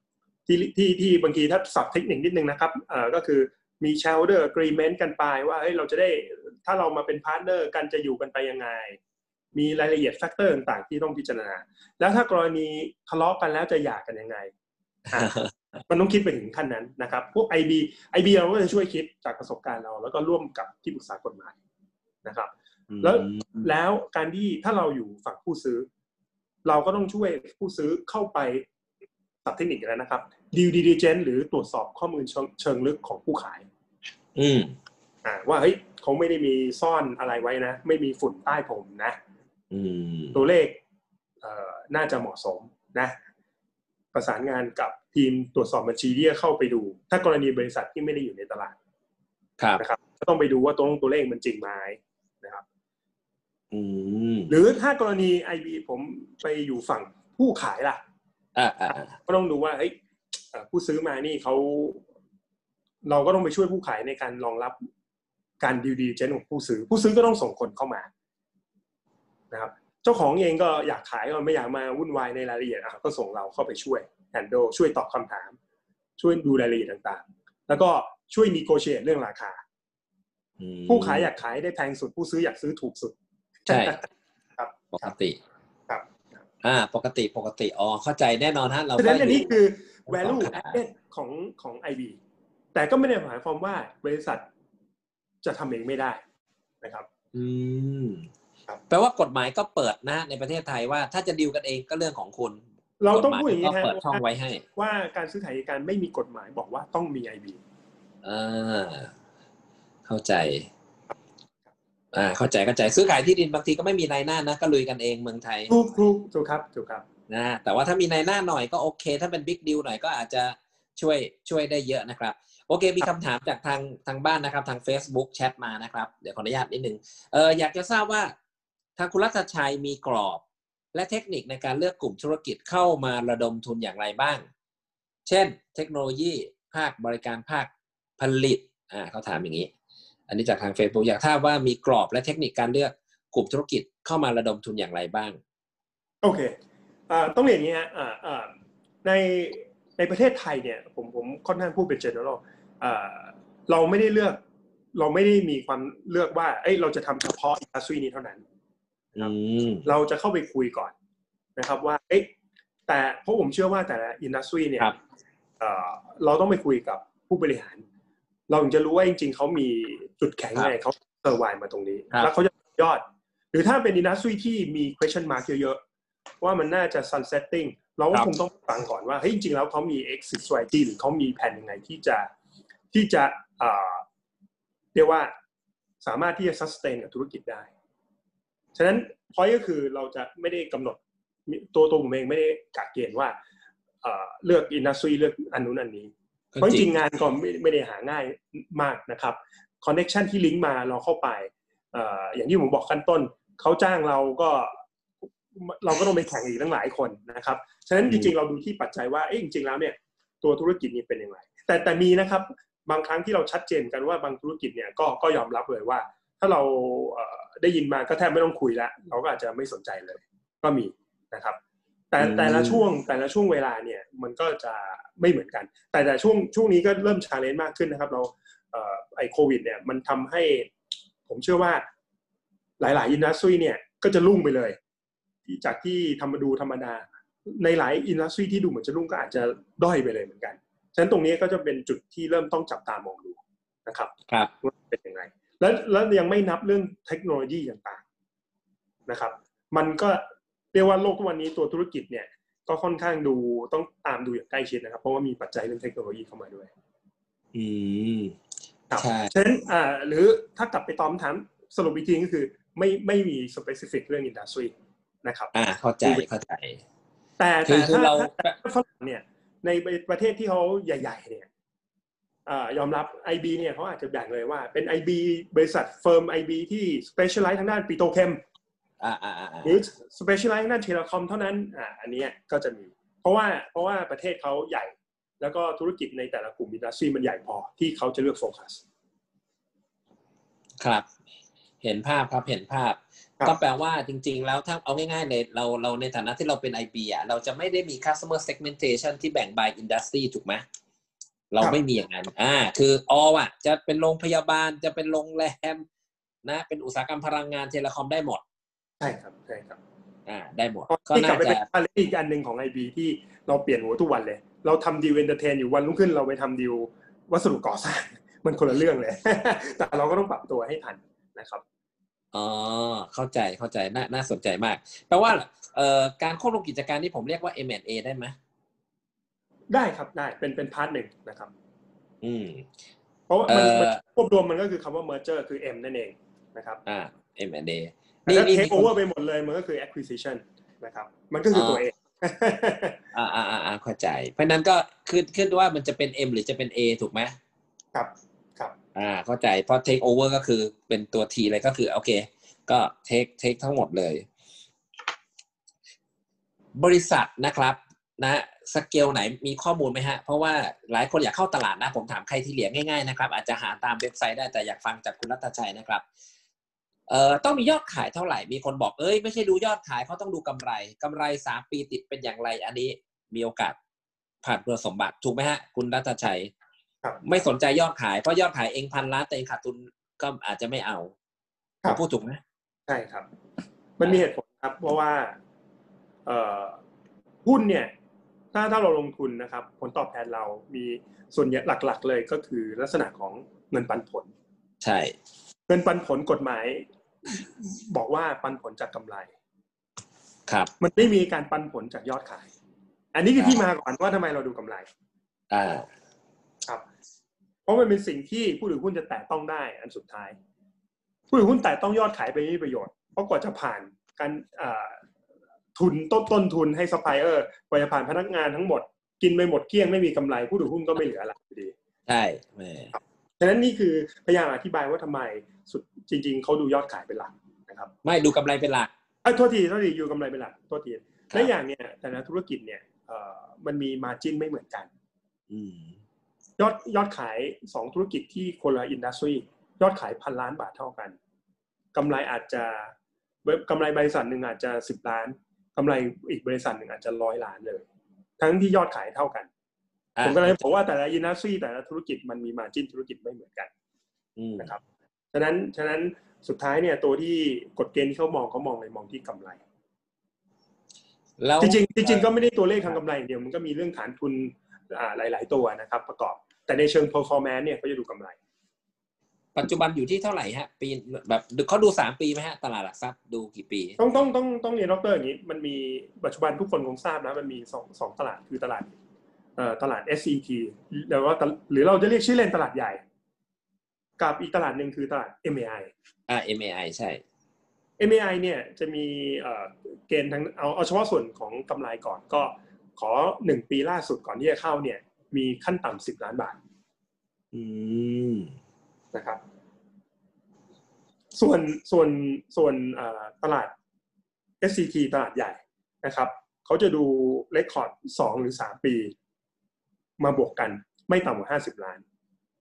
ที่บางทีถ้าศัพท์เทคนิคนิดนึงนะครับก็คือมี shareholder agreement กันไปว่าเฮ้ยเราจะได้ถ้าเรามาเป็นพาร์ทเนอร์กันจะอยู่กันไปยังไงมีรายละเอียดแฟกเตอร์ต่างๆที่ต้องพิจารณาแล้วถ้ากรณีทะเลาะกันแล้วจะหย่ากันยังไง มันต้องคิดไปถึงขั้นนั้นนะครับพวก IB เราก็จะช่วยคิดจากประสบการณ์เราแล้วก็ร่วมกับที่ปรึกษากฎหมายนะครับแล้วการที่ถ้าเราอยู่ฝั่งผู้ซื้อเราก็ต้องช่วยผู้ซื้อเข้าไปศัพท์เทคนิคแล้วนะครับ due diligence หรือตรวจสอบข้อมูลเชิงลึกของผู้ขายว่าเฮ้ยเขาไม่ได้มีซ่อนอะไรไว้นะไม่มีฝุ่นใต้ผมนะตัวเลขน่าจะเหมาะสมนะประสานงานกับทีมตรวจสอบบัญชีที่จะเข้าไปดูถ้ากรณีบริษัทที่ไม่ได้อยู่ในตลาดนะครับก็ต้องไปดูว่าตัวเลขมันจริงไหมนะครับหรือถ้ากรณี IB ผมไปอยู่ฝั่งผู้ขายล่ะก็ต้องดูว่าเฮ้ยผู้ซื้อมานี่เราก็ต้องไปช่วยผู้ขายในการรองรับการดิวดีเจนของผู้ซื้อก็ต้องส่งคนเข้ามานะครับเจ้าของเองก็อยากขายก็ไม่อยากมาวุ่นวายในรายละเอียดก็ส่งเราเข้าไปช่วยแฮนด์ลช่วยตอบคำถามช่วยดูรายละเอียดต่างๆแล้วก็ช่วยนีโกเชียตเรื่องราคาผู้ขายอยากขายได้แพงสุดผู้ซื้ออยากซื้อถูกสุดใช่ครับปกติครับปกติเข้าใจแน่นอนฮะเราก็อันนี้คือ value added ของ IB แต่ก็ไม่ได้หมายความว่าบริษัทจะทำเองไม่ได้นะครับแปลว่ากฎหมายก็เปิดนะในประเทศไทยว่าถ้าจะดีลกันเองก็เรื่องของคุณเราต้องพูดอย่างนี้ฮะเปิดช่องไว้ให้ว่าการซื้อขายการไม่มีกฎหมายบอกว่าต้องมี IB เข้าใจเข้าใจซื้อขายที่ดินบางทีก็ไม่มีนายหน้านะก็ลุยกันเองเมืองไทยถูกครับนะแต่ว่าถ้ามีนายหน้าหน่อยก็โอเคถ้าเป็นบิ๊กดีลหน่อยก็อาจจะช่วยได้เยอะนะครับโอเคมีคำถามจากทางบ้านนะครับทาง Facebook แชทมานะครับเดี๋ยวขออนุญาตนิดนึงอยากจะทราบว่าทางคุณรัตชัยมีกรอบและเทคนิคในการเลือกกลุ่มธุรกิจเข้ามาระดมทุนอย่างไรบ้างเช่นเทคโนโลยีภาคบริการภาคผลิตเขาถามอย่างนี้อันนี้จากทาง Facebook อยากทราบว่ามีกรอบและเทคนิคการเลือกกลุ่มธุรกิจเข้ามาระดมทุนอย่างไรบ้างโอเคต้องเรียนอย่างนี้ฮะในประเทศไทยเนี่ยผมค่อนข้างพูดเป็น general เราไม่ได้มีความเลือกว่าเราจะทำเฉพาะอินดัสทรีนี้เท่านั้นเราจะเข้าไปคุยก่อนนะครับว่าแต่เพราะผมเชื่อว่าแต่ละอินดัสทรีเนี่ยเราต้องไปคุยกับผู้บริหารเราถึงจะรู้ว่าจริงๆเขามีจุดแข็งไงเขาเซอร์ไวมาตรงนี้แล้วเขาจะยอดหรือถ้าเป็นอินดัสทรีที่มี question mark เยอะๆว่ามันน่าจะ sunsetting เราก็คงต้องฟังก่อนว่าจริงๆแล้วเขามี exit strategy หรือเขามีแผนยังไงที่จะเรียกว่าสามารถที่จะ sustain กับธุรกิจได้ฉะนั้น point ก็คือเราจะไม่ได้กำหนดตัวผมเองไม่ได้กะเกณฑ์ว่าเลือก industry เลือกอันนู้นอันนี้เพราะจริงงานก็ไม่ได้หาง่ายมากนะครับ connection ที่ลิงก์มาเราเข้าไปอย่างที่ผมบอกขั้นต้นเขาจ้างเราก็ต้องไปแข่งอีกตั้งหลายคนนะครับฉะนั้นจริงๆเราดูที่ปัจจัยว่าจริงๆแล้วเนี่ยตัวธุรกิจนี้เป็นยังไงแต่มีนะครับบางครั้งที่เราชัดเจนกันว่าบางธุรกิจเนี่ยก็ยอมรับเลยว่าถ้าเราได้ยินมาก็แทบไม่ต้องคุยแล้วเราก็อาจจะไม่สนใจเลยก็มีนะครับแต่ละช่วงเวลาเนี่ยมันก็จะไม่เหมือนกันแต่ช่วงนี้ก็เริ่ม challenge มากขึ้นนะครับเราโควิดเนี่ยมันทำให้ผมเชื่อว่าหลายๆอินดัสทรีเนี่ยก็จะรุ่งไปเลยจากที่ธรรมดาในหลายอินดัสทรีที่ดูเหมือนจะรุ่งก็อาจจะด้อยไปเลยเหมือนกันฉะนั้นตรงนี้ก็จะเป็นจุดที่เริ่มต้องจับตามองดูนะครับว่าเป็นยังไงแล้วยังไม่นับเรื่องเทคโนโลยีต่างๆนะครับมันก็เรียกว่าโลกทุกวันนี้ตัวธุรกิจเนี่ยก็ค่อนข้างต้องตามดูอย่างใกล้ชิดนะครับเพราะว่ามีปัจจัยเรื่องเทคโนโลยีเข้ามาด้วยใช่ฉะนั้นหรือถ้ากลับไปตอบคำถามสรุปอีกทีก็คือไม่มี specific เรื่อง industry นะครับเข้าใจแต่ถ้าฝรั่งเนี่ยในประเทศที่เขาใหญ่ๆเนี่ยยอมรับ IB เนี่ยเขาอาจจะแบ่งเลยว่าเป็น IB บริษัทเฟิร์ม IB ที่ specialize ทางด้านปิโตรเคมหรือ specialize ทางด้านเทเลคอมเท่านั้นอันนี้ก็จะมีเพราะว่าประเทศเขาใหญ่แล้วก็ธุรกิจในแต่ละกลุ่มอินดัสทรีมันใหญ่พอที่เขาจะเลือกโฟกัสครับเห็นภาพครับเห็นภาพก็แปลว่าจริงๆแล้วถ้าเอาง่ายๆเลยเราในฐานะที่เราเป็น IB อ่ะเราจะไม่ได้มี customer segmentation ที่แบ่ง by industry ถูกไหมเราไม่มีอย่างนั้นคือ all อ่ะจะเป็นโรงพยาบาลจะเป็นโรงแรมนะเป็นอุตสาหกรรมพลังงานเทเลคอมได้หมดใช่ครับใช่ครับได้หมดก็น่าจะเป็นอีกอันหนึ่งของ IB ที่เราเปลี่ยนหัวทุกวันเลยเราทำดีลเอนเตอร์เทนอยู่วันรุ่งขึ้นเราไปทำดีลวัสดุก่อสร้างมันคนละเรื่องเลย แต่เราก็ต้องปรับตัวให้ทันนะครับเข้าใจน่าสนใจมากแปลว่าการควบรวมกิจการที่ผมเรียกว่า M&A ได้ไหมได้ครับได้เป็นพาร์ทหนึ่งนะครับเพราะว่ามันควบรวมมันก็คือคำว่า merger คือ M นั่นเองนะครับ M&A นี่ take over ไปหมดเลยมันก็คือ acquisition นะครับมันก็คือตัว A เข้าใจเพราะนั้นก็ขึ้นว่ามันจะเป็น M หรือจะเป็น A ถูกไหมครับเข้าใจเพราะ take over ก็คือเป็นตัว T เลยก็คือโอเคก็ take ทั้งหมดเลยบริษัทนะครับนะสเกลไหนมีข้อมูลไหมฮะเพราะว่าหลายคนอยากเข้าตลาดนะผมถามใครที่เหลียง่ายๆนะครับอาจจะหาตามเว็บไซต์ได้แต่อยากฟังจากคุณรัตชัยนะครับต้องมียอดขายเท่าไหร่มีคนบอกไม่ใช่ดูยอดขายเขาต้องดูกำไร3 ปีติดเป็นอย่างไรอันนี้มีโอกาสผ่านคุณสมบัติถูกไหมฮะคุณรัตชัยไม่สนใจยอดขายเพราะยอดขายเอง1,000 ล้านแต่เองขาดทุนก็อาจจะไม่เอาพูดถูกไหมใช่ครับมันมีเหตุผลครับเพราะว่าหุ้นเนี่ยถ้าเราลงทุนนะครับผลตอบแทนเรามีส่วนใหญ่หลักๆเลยก็คือลักษณะของเงินปันผลใช่เงินปันผลกฎหมายบอกว่าปันผลจากกำไรครับมันไม่มีการปันผลจากยอดขายอันนี้คือที่มาก่อนว่าทำไมเราดูกำไรครับเพราะมันเป็นสิ่งที่ผู้ถือหุ้นจะแตะต้องได้อันสุดท้ายผู้ถือหุ้นแตะต้องยอดขายไปไม่มีประโยชน์เพราะกว่าจะผ่านการทุนต้นทุนให้ซัพพลายเออร์กว่าจะผ่านพนักงานทั้งหมดกินไปหมดเกลี้ยงไม่มีกำไรผู้ถือหุ้นก็ไม่เหลืออะไรดีใช่ฉะนั้นนี่คือพยายามอธิบายว่าทำไมจริงๆเขาดูยอดขายเป็นหลักนะครับไม่ดูกำไรเป็นหลักโทษทีอยู่กำไรเป็นหลักโทษทีและอย่างเนี่ยแต่ละธุรกิจเนี่ยมันมีมาร์จิ้นไม่เหมือนกันยอดขาย2ธุรกิจที่คนละอินดัสทรียอดขาย1,000 ล้านบาทเท่ากันกำไรอาจจะกำไรบริษัทหนึ่งอาจจะ10 ล้านกำไรอีกบริษัทหนึ่งอาจจะ100 ล้านเลยทั้งที่ยอดขายเท่ากันผมก็เลยบอกว่าแต่ละอินดัสทรีแต่ละธุรกิจมันมีมาร์จิ้นธุรกิจไม่เหมือนกันนะครับฉะนั้นสุดท้ายเนี่ยตัวที่กฎเกณฑ์ที่เขามองเลยมองที่กำไรจริงก็ไม่ได้ตัวเลขทางกำไรอย่างเดียวมันก็มีเรื่องฐานทุนหลายๆตัวนะครับประกอบแต่ในเชิง performance เนี่ยเขาจะดูกำไรปัจจุบันอยู่ที่เท่าไหร่ฮะปีแบบเขาดู3 ปีไหมฮะตลาดหลักทรัพย์ดูกี่ปีต้องเรียนดร.อย่างนี้มันมีปัจจุบันทุกคนคงทราบนะมันมี2ตลาดคือตลาด SCT แล้วก็หรือเราจะเรียกชื่อเล่นตลาดใหญ่กับอีกตลาดหนึ่งคือตลาด MAI MAI ใช่ MAI เนี่ยจะมีเกณฑ์ทั้งเอาเฉพาะส่วนของกำไรก่อนก็ขอ1 ปีล่าสุดก่อนที่จะเข้าเนี่ยมีขั้นต่ำ10 ล้านบาทนะครับส่วนตลาด SCT ตลาดใหญ่นะครับเขาจะดูเรคคอร์ด2 หรือ 3 ปีมาบวกกันไม่ต่ำกว่า50 ล้าน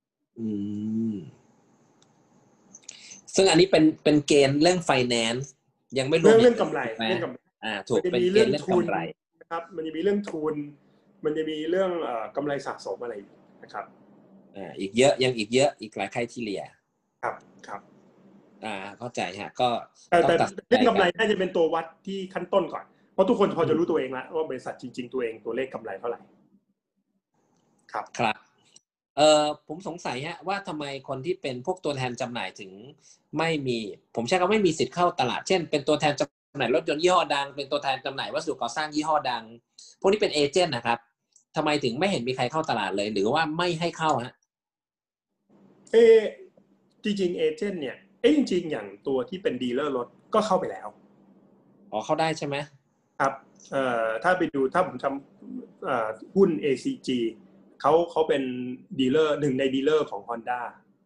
ซึ่งอันนี้เป็นเกณฑ์เรื่อง finance ยังไม่รวมเรื่องกำไรถูกเป็นเกณฑ์เรื่องกำไรนะครับมันจะมีเรื่องทุนมันจะมีเรื่องกำไรสะสมอะไรนะครับอีกเยอะยังอีกเยอะอีกหลายไครทีเรียครับเข้าใจฮะก็แต่เรื่องกำไรน่าจะเป็นตัววัดที่ขั้นต้นก่อนเพราะทุกคนพอจะรู้ตัวเองแล้วว่าบริษัทจริงๆตัวเองตัวเลขกำไรเท่าไหร่ครับผมสงสัยฮะว่าทำไมคนที่เป็นพวกตัวแทนจำหน่ายถึงไม่มีผมใช้คำว่าไม่มีสิทธิ์เข้าตลาดเช่นเป็นตัวแทนจำหน่ายรถยนต์ยี่ห้อดังเป็นตัวแทนจำหน่ายวัสดุก่อสร้างยี่ห้อดังพวกนี้เป็นเอเจนต์นะครับทำไมถึงไม่เห็นมีใครเข้าตลาดเลยหรือว่าไม่ให้เข้าฮะจริงๆเอเจนต์เนี่ยจริงๆอย่างตัวที่เป็นดีลเลอร์รถก็เข้าไปแล้วเข้าได้ใช่ไหมครับถ้าไปดูถ้าผมทำหุ้น ACG เขาเป็นดีลเลอร์หนึ่งในดีลเลอร์ของ Honda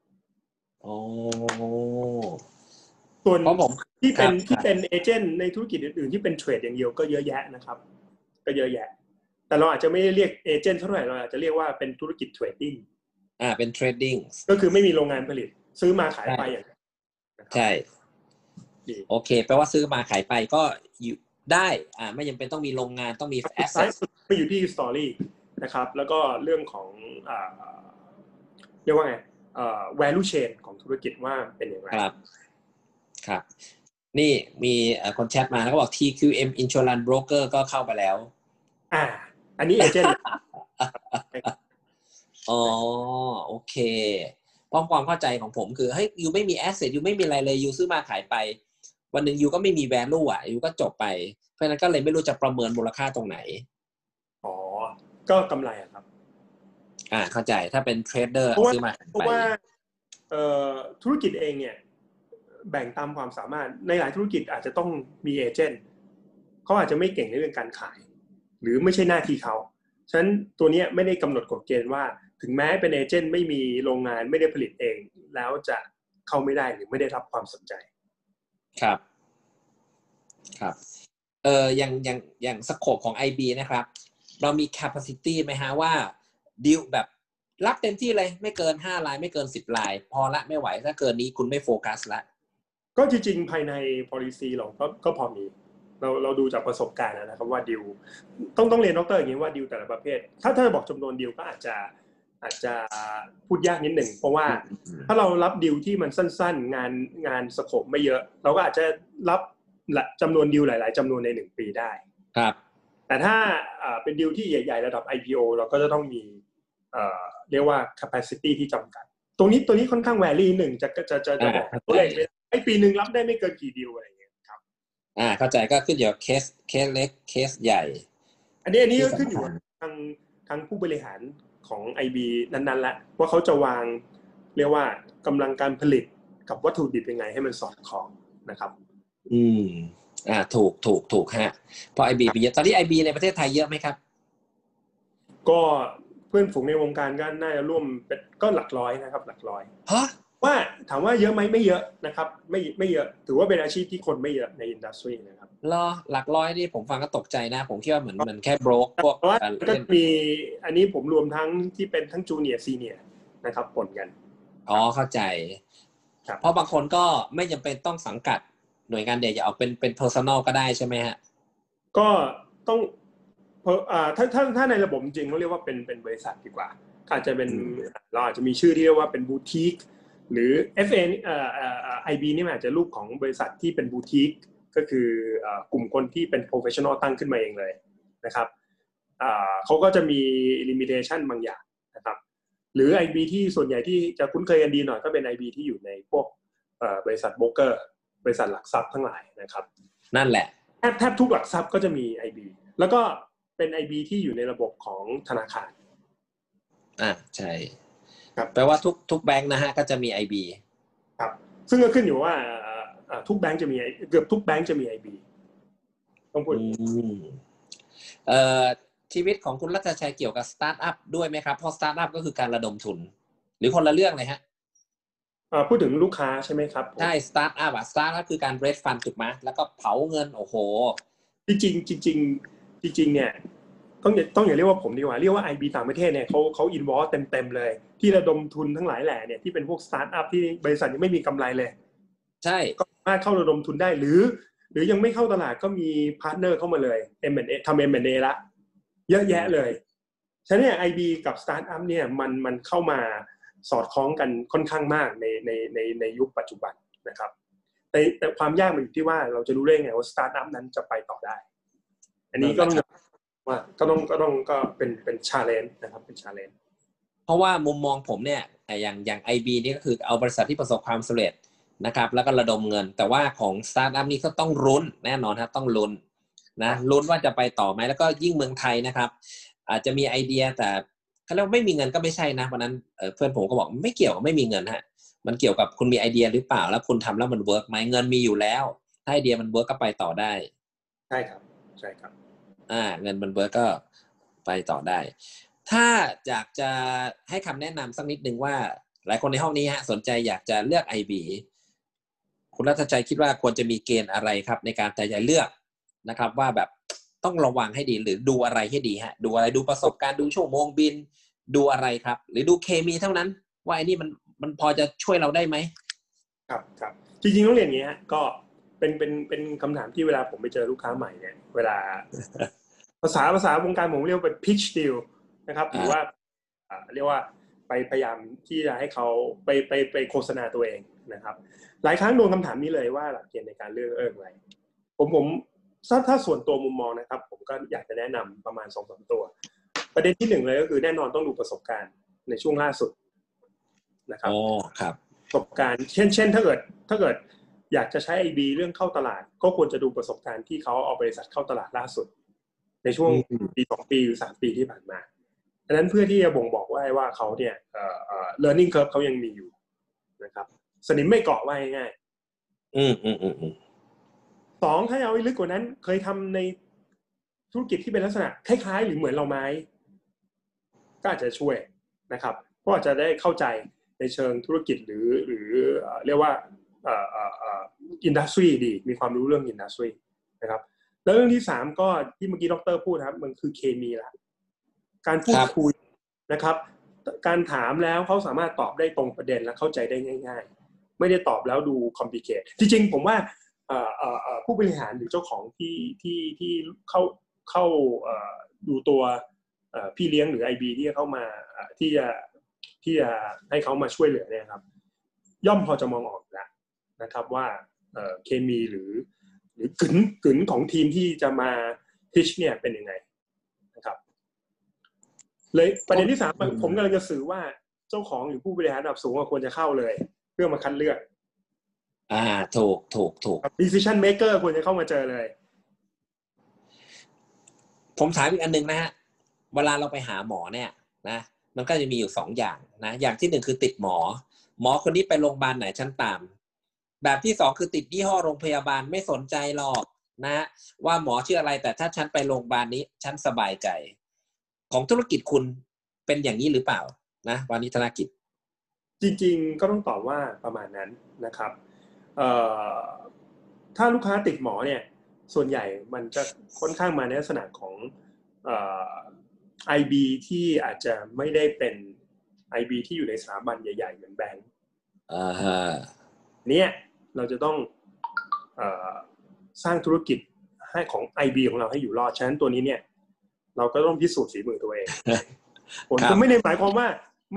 ส่วนที่เป็นเอเจนต์ในธุรกิจอื่นๆที่เป็นเทรดอย่างเดียวก็เยอะแยะนะครับก็เยอะแยะแต่เราอาจจะไม่ได้เรียกเอเจนต์เท่าไหร่เราอาจจะเรียกว่าเป็นธุรกิจเทรดดิ้งเป็นเทรดดิ้งก็คือไม่มีโรงงานผลิตซื้อมาขายไปอย่างใช่โอเคแปลว่าซื้อมาขายไปก็อยู่ได้ไม่จำเป็นต้องมีโรงงานต้องมี asset ไม่อยู่ที่ story นะครับแล้วก็เรื่องของเรียกว่าไงvalue chain ของธุรกิจว่าเป็นอย่างไรครับนี่มีคนแชทมาแล้วก็บอก TQM Insurance Broker ก็เข้าไปแล้วอันนี้เอเจนต์อ๋อโอเคเพราะความเข้าใจของผมคือเฮ้ยยูไม่มี asset ยูไม่มีอะไรเลยยูซื้อมาขายไปวันหนึ่งยูก็ไม่มี value ยูก็จบไปเพราะฉะนั้นก็เลยไม่รู้จะประเมินมูลค่าตรงไหนก็กำไรครับเข้าใจถ้าเป็นเทรดเดอร์ซื้อมาขายไปเพราะว่าธุรกิจเองเนี่ยแบ่งตามความสามารถในหลายธุรกิจอาจจะต้องมีเอเจนต์เขาอาจจะไม่เก่งในเรื่องการขายหรือไม่ใช่หน้าที่เขาฉะนั้นตัวนี้ไม่ได้กำหนดกฎเกณฑ์ว่าถึงแม้เป็นเอเจนต์ไม่มีโรงงานไม่ได้ผลิตเองแล้วจะเข้าไม่ได้หรือไม่ได้รับความสนใจครับอย่างสโคปของ IB นะครับเรามี capacity ไหมฮะว่าดีลแบบรับเต็มที่เลยไม่เกิน5รายไม่เกิน10รายพอละไม่ไหวถ้าเกินนี้คุณไม่โฟกัสละก็จริงๆภายใน policy เราก็พอมีเราดูจากประสบการณ์นะครับว่าดีลต้องเรียนดร.อย่างนี้ว่าดีลแต่ละประเภทถ้าบอกจำนวนดีลก็อาจจะพูดยากนิดหนึ่งเพราะว่าถ้าเรารับดีลที่มันสั้นๆงานสโคปไม่เยอะเราก็อาจจะรับจำนวนดีลหลายๆจำนวนใน1ปีได้ครับแต่ถ้าเป็นดีลที่ใหญ่ๆระดับ IPO เราก็จะต้องมีเรียกว่า capacity ที่จำกัดตรงนี้ค่อนข้าง vary หนึ่งจะบอกตัวเลขไม่ปีนึงรับได้ไม่เกินกี่ดีลอะไรอย่างเงี้ยครับเข้าใจก็ขึ้นอยู่กับเคสเล็กเคสใหญ่อันนี้ก็ขึ้นอยู่ทางผู้บริหารของ IB นั้นๆละว่าเขาจะวางเรียกว่ากำลังการผลิตกับวัตถุดิบยังไงให้มันสอดคล้องนะครับถูกฮะเพราะ IB เยอะตอนนี้ IB ในประเทศไทยเยอะไหมครับก็เพื่อนฝูงในวงการก็น่าจะร่วมก็หลักร้อยนะครับหลักร้อยว่าถามว่าเยอะไหมไม่เยอะนะครับไม่เยอะถือว่าเป็นอาชีพที่คนไม่เยอะในอินดัสทรีนะครับหลักร้อยนี่ผมฟังก็ตกใจนะผมคิดว่าเหมือนแค่โบรกพวกก็มีอันนี้ผมรวมทั้งที่เป็นทั้งจูเนียร์ซีเนียร์นะครับปนกันเข้าใจเพราะบางคนก็ไม่จำเป็นต้องสังกัดหน่วยงานเดียวจะเอาเป็น personal ก็ได้ใช่ไหมฮะก็ต้องถ้าในระบบจริงเขาเรียกว่าเป็นบริษัทดีกว่าอาจจะเป็นเราอาจจะมีชื่อที่เรียกว่าเป็นบูติกหรือ FN IB นี่มันอาจจะรูปของบริษัทที่เป็นบูติกก็คือกลุ่มคนที่เป็น professional ตั้งขึ้นมาเองเลยนะครับเขาก็จะมี limitation บางอย่างนะครับหรือ IB ที่ส่วนใหญ่ที่จะคุ้นเคยกันดีหน่อยก็เป็น IB ที่อยู่ในพวกบริษัทโบรกเกอร์บริษัทหลักทรัพย์ทั้งหลายนะครับนั่นแหละแทบทุกหลักทรัพย์ก็จะมี IB แล้วก็เป็น IB ที่อยู่ในระบบของธนาคารใช่แปลว่าทุกแบงค์นะฮะก็จะมี IB ครับซึ่งก็ขึ้นอยู่ว่าทุกแบงค์จะมีเกือบทุกแบงค์จะมี IB ต้องพูดชีวิตของคุณรัตชัยเกี่ยวกับสตาร์ทอัพด้วยไหมครับเพราะสตาร์ทอัพก็คือการระดมทุนหรือคนละเรื่องเลยฮะพูดถึงลูกค้าใช่ไหมครับใช่สตาร์ทอัพสตาร์ทอัพคือการ raise fund ถูกไหมแล้วก็เผาเงินโอ้โหจริงเนี่ยต้องอย่าเรียกว่าผมดีกว่าเรียกว่า IB ต่างประเทศเนี่ยเขาอินวอลเต็มเลยที่ระดมทุนทั้งหลายแหล่เนี่ยที่เป็นพวกสตาร์ทอัพที่บริษัทยังไม่มีกำไรเลยใช่ก็สามารถเข้าระดมทุนได้หรือยังไม่เข้าตลาดก็มีพาร์ทเนอร์เข้ามาเลย M&A ทำ M&A ละเยอะแยะเลยฉะนั้นเนี่ย IB กับสตาร์ทอัพเนี่ยมันเข้ามาสอดคล้องกันค่อนข้างมากในยุคปัจจุบันนะครับแต่ความยากมันอยู่ที่ว่าเราจะรู้ได้ไงว่าสตาร์ทอัพนั้นจะไปต่อได้อันนี้ก็ก็เป็น challenge นะครับเป็น challenge เพราะว่ามุมมองผมเนี่ยอย่าง IB นี่ก็คือเอาบริษัทที่ประสบความสำเร็จนะครับแล้วก็ระดมเงินแต่ว่าของสตาร์ทอัพนี่ก็ต้องลุ้นแน่นอนครับต้องลุ้นนะลุ้นว่าจะไปต่อไหมแล้วก็ยิ่งเมืองไทยนะครับอาจจะมีไอเดียแต่เขาเรียกว่าไม่มีเงินก็ไม่ใช่นะวันนั้นเพื่อนผมก็บอกไม่เกี่ยวกับไม่มีเงินฮะมันเกี่ยวกับคุณมีไอเดียหรือเปล่าแล้วคุณทำแล้วมันเวิร์กไหมเงินมีอยู่แล้วถ้าไอเดียมันเวิร์กก็ไปต่อได้ใช่ครับเงินมันเวิร์กก็ไปต่อได้ถ้าอยากจะให้คำแนะนำสักนิดนึงว่าหลายคนในห้องนี้ฮะสนใจอยากจะเลือก IB คุณรัตชัยคิดว่าควรจะมีเกณฑ์อะไรครับในการตัดสินใจเลือกนะครับว่าแบบต้องระวังให้ดีหรือดูอะไรให้ดีฮะดูอะไรดูประสบการณ์ดูชั่วโมงบินดูอะไรครับหรือดูเคมีเท่านั้นว่าไอ้นี่มันพอจะช่วยเราได้ไหมครับจริงๆต้องเรียนอย่างนี้ฮะก็เป็นคำถามที่เวลาผมไปเจอลูกค้าใหม่เนี่ยเวลาภาษาวงการผมเรียกว่าเป็น pitch deal นะครับหรือว่าเรียกว่าไปพยายามที่จะให้เขาไปโฆษณาตัวเองนะครับหลายครั้งโดนคำถามนี้เลยว่าหลักเกณฑ์ในการเลือกอะไรผมถ้าส่วนตัวมุมมองนะครับผมก็อยากจะแนะนำประมาณ 2-3 ตัวประเด็นที่1เลยก็คือแน่นอนต้องดูประสบการณ์ในช่วงล่าสุดนะครับโอ้ครับประสบการณ์เช่นถ้าเกิดอยากจะใช้ IB เรื่องเข้าตลาดก็ควรจะดูประสบการณ์ที่เขาเอาบริษัทเข้าตลาดล่าสุดในช่วงปี2 ปีหรือ3 ปีที่ผ่านมาดังนั้นเพื่อที่จะบ่งบอกว่าเขาเนี่ยlearning curve เขายังมีอยู่นะครับสนิมไม่เกาะว่าง่ายๆ2ถ้าเอาลึกกว่านั้นเคยทำในธุรกิจที่เป็นลักษณะคล้ายๆหรือเหมือนเราไหมก็อาจจะช่วยนะครับก็อาจจะได้เข้าใจในเชิงธุรกิจหรือเรียกว่าอินดัสทรีดีมีความรู้เรื่องอินดัสทรีนะครับแล้วเรื่องที่3ก็ที่เมื่อกี้ดร.พูดครับมันคือเคมีละการพูดคุยนะครับการถามแล้วเขาสามารถตอบได้ตรงประเด็นและเข้าใจได้ง่ายๆไม่ได้ตอบแล้วดูคอมพลีเคทจริงๆผมว่าผู้บริหารหรือเจ้าของที่เข้าดูตัวพี่เลี้ยงหรือ IB ที่จะเข้ามาที่จะให้เขามาช่วยเหลือเนี่ยครับย่อมพอจะมองออกแล้วนะครับว่าเคมีหรือกึ๋นของทีมที่จะมาพิชเนี่ยเป็นยังไงนะครับเลยประเด็นที่3ผมกำลังจะสื่อว่าเจ้าของหรือผู้บริหารระดับสูงควรจะเข้าเลยเพื่อมาคัดเลือกถูก decision maker ควรจะเข้ามาเจอเลยผมถามอีกอันนึงนะฮะเวลาเราไปหาหมอเนี่ยนะมันก็จะมีอยู่2อย่างนะอย่างที่1คือติดหมอคนนี้ไปโรงพยาบาลไหนฉันตามแบบที่2คือติดยี่ห้อโรงพยาบาลไม่สนใจหรอกนะว่าหมอชื่ออะไรแต่ถ้าฉันไปโรงพยาบาลนี้ฉันสบายใจของธุรกิจคุณเป็นอย่างนี้หรือเปล่านะวานิธนกิจจริงๆก็ต้องตอบว่าประมาณนั้นนะครับถ้าลูกค้าติดหมอเนี่ยส่วนใหญ่มันจะค่อนข้างมาในลักษณะของIB ที่อาจจะไม่ได้เป็น IB ที่อยู่ในสถาบันใหญ่ๆเหมือนแบงก์เนี่ยเราจะต้องสร้างธุรกิจให้ของ IB ของเราให้อยู่รอดฉะนั้นตัวนี้เนี่ยเราก็ต้องพิสูจน์ฝีมือตัวเองผมก็ไม่ได้หมายความว่า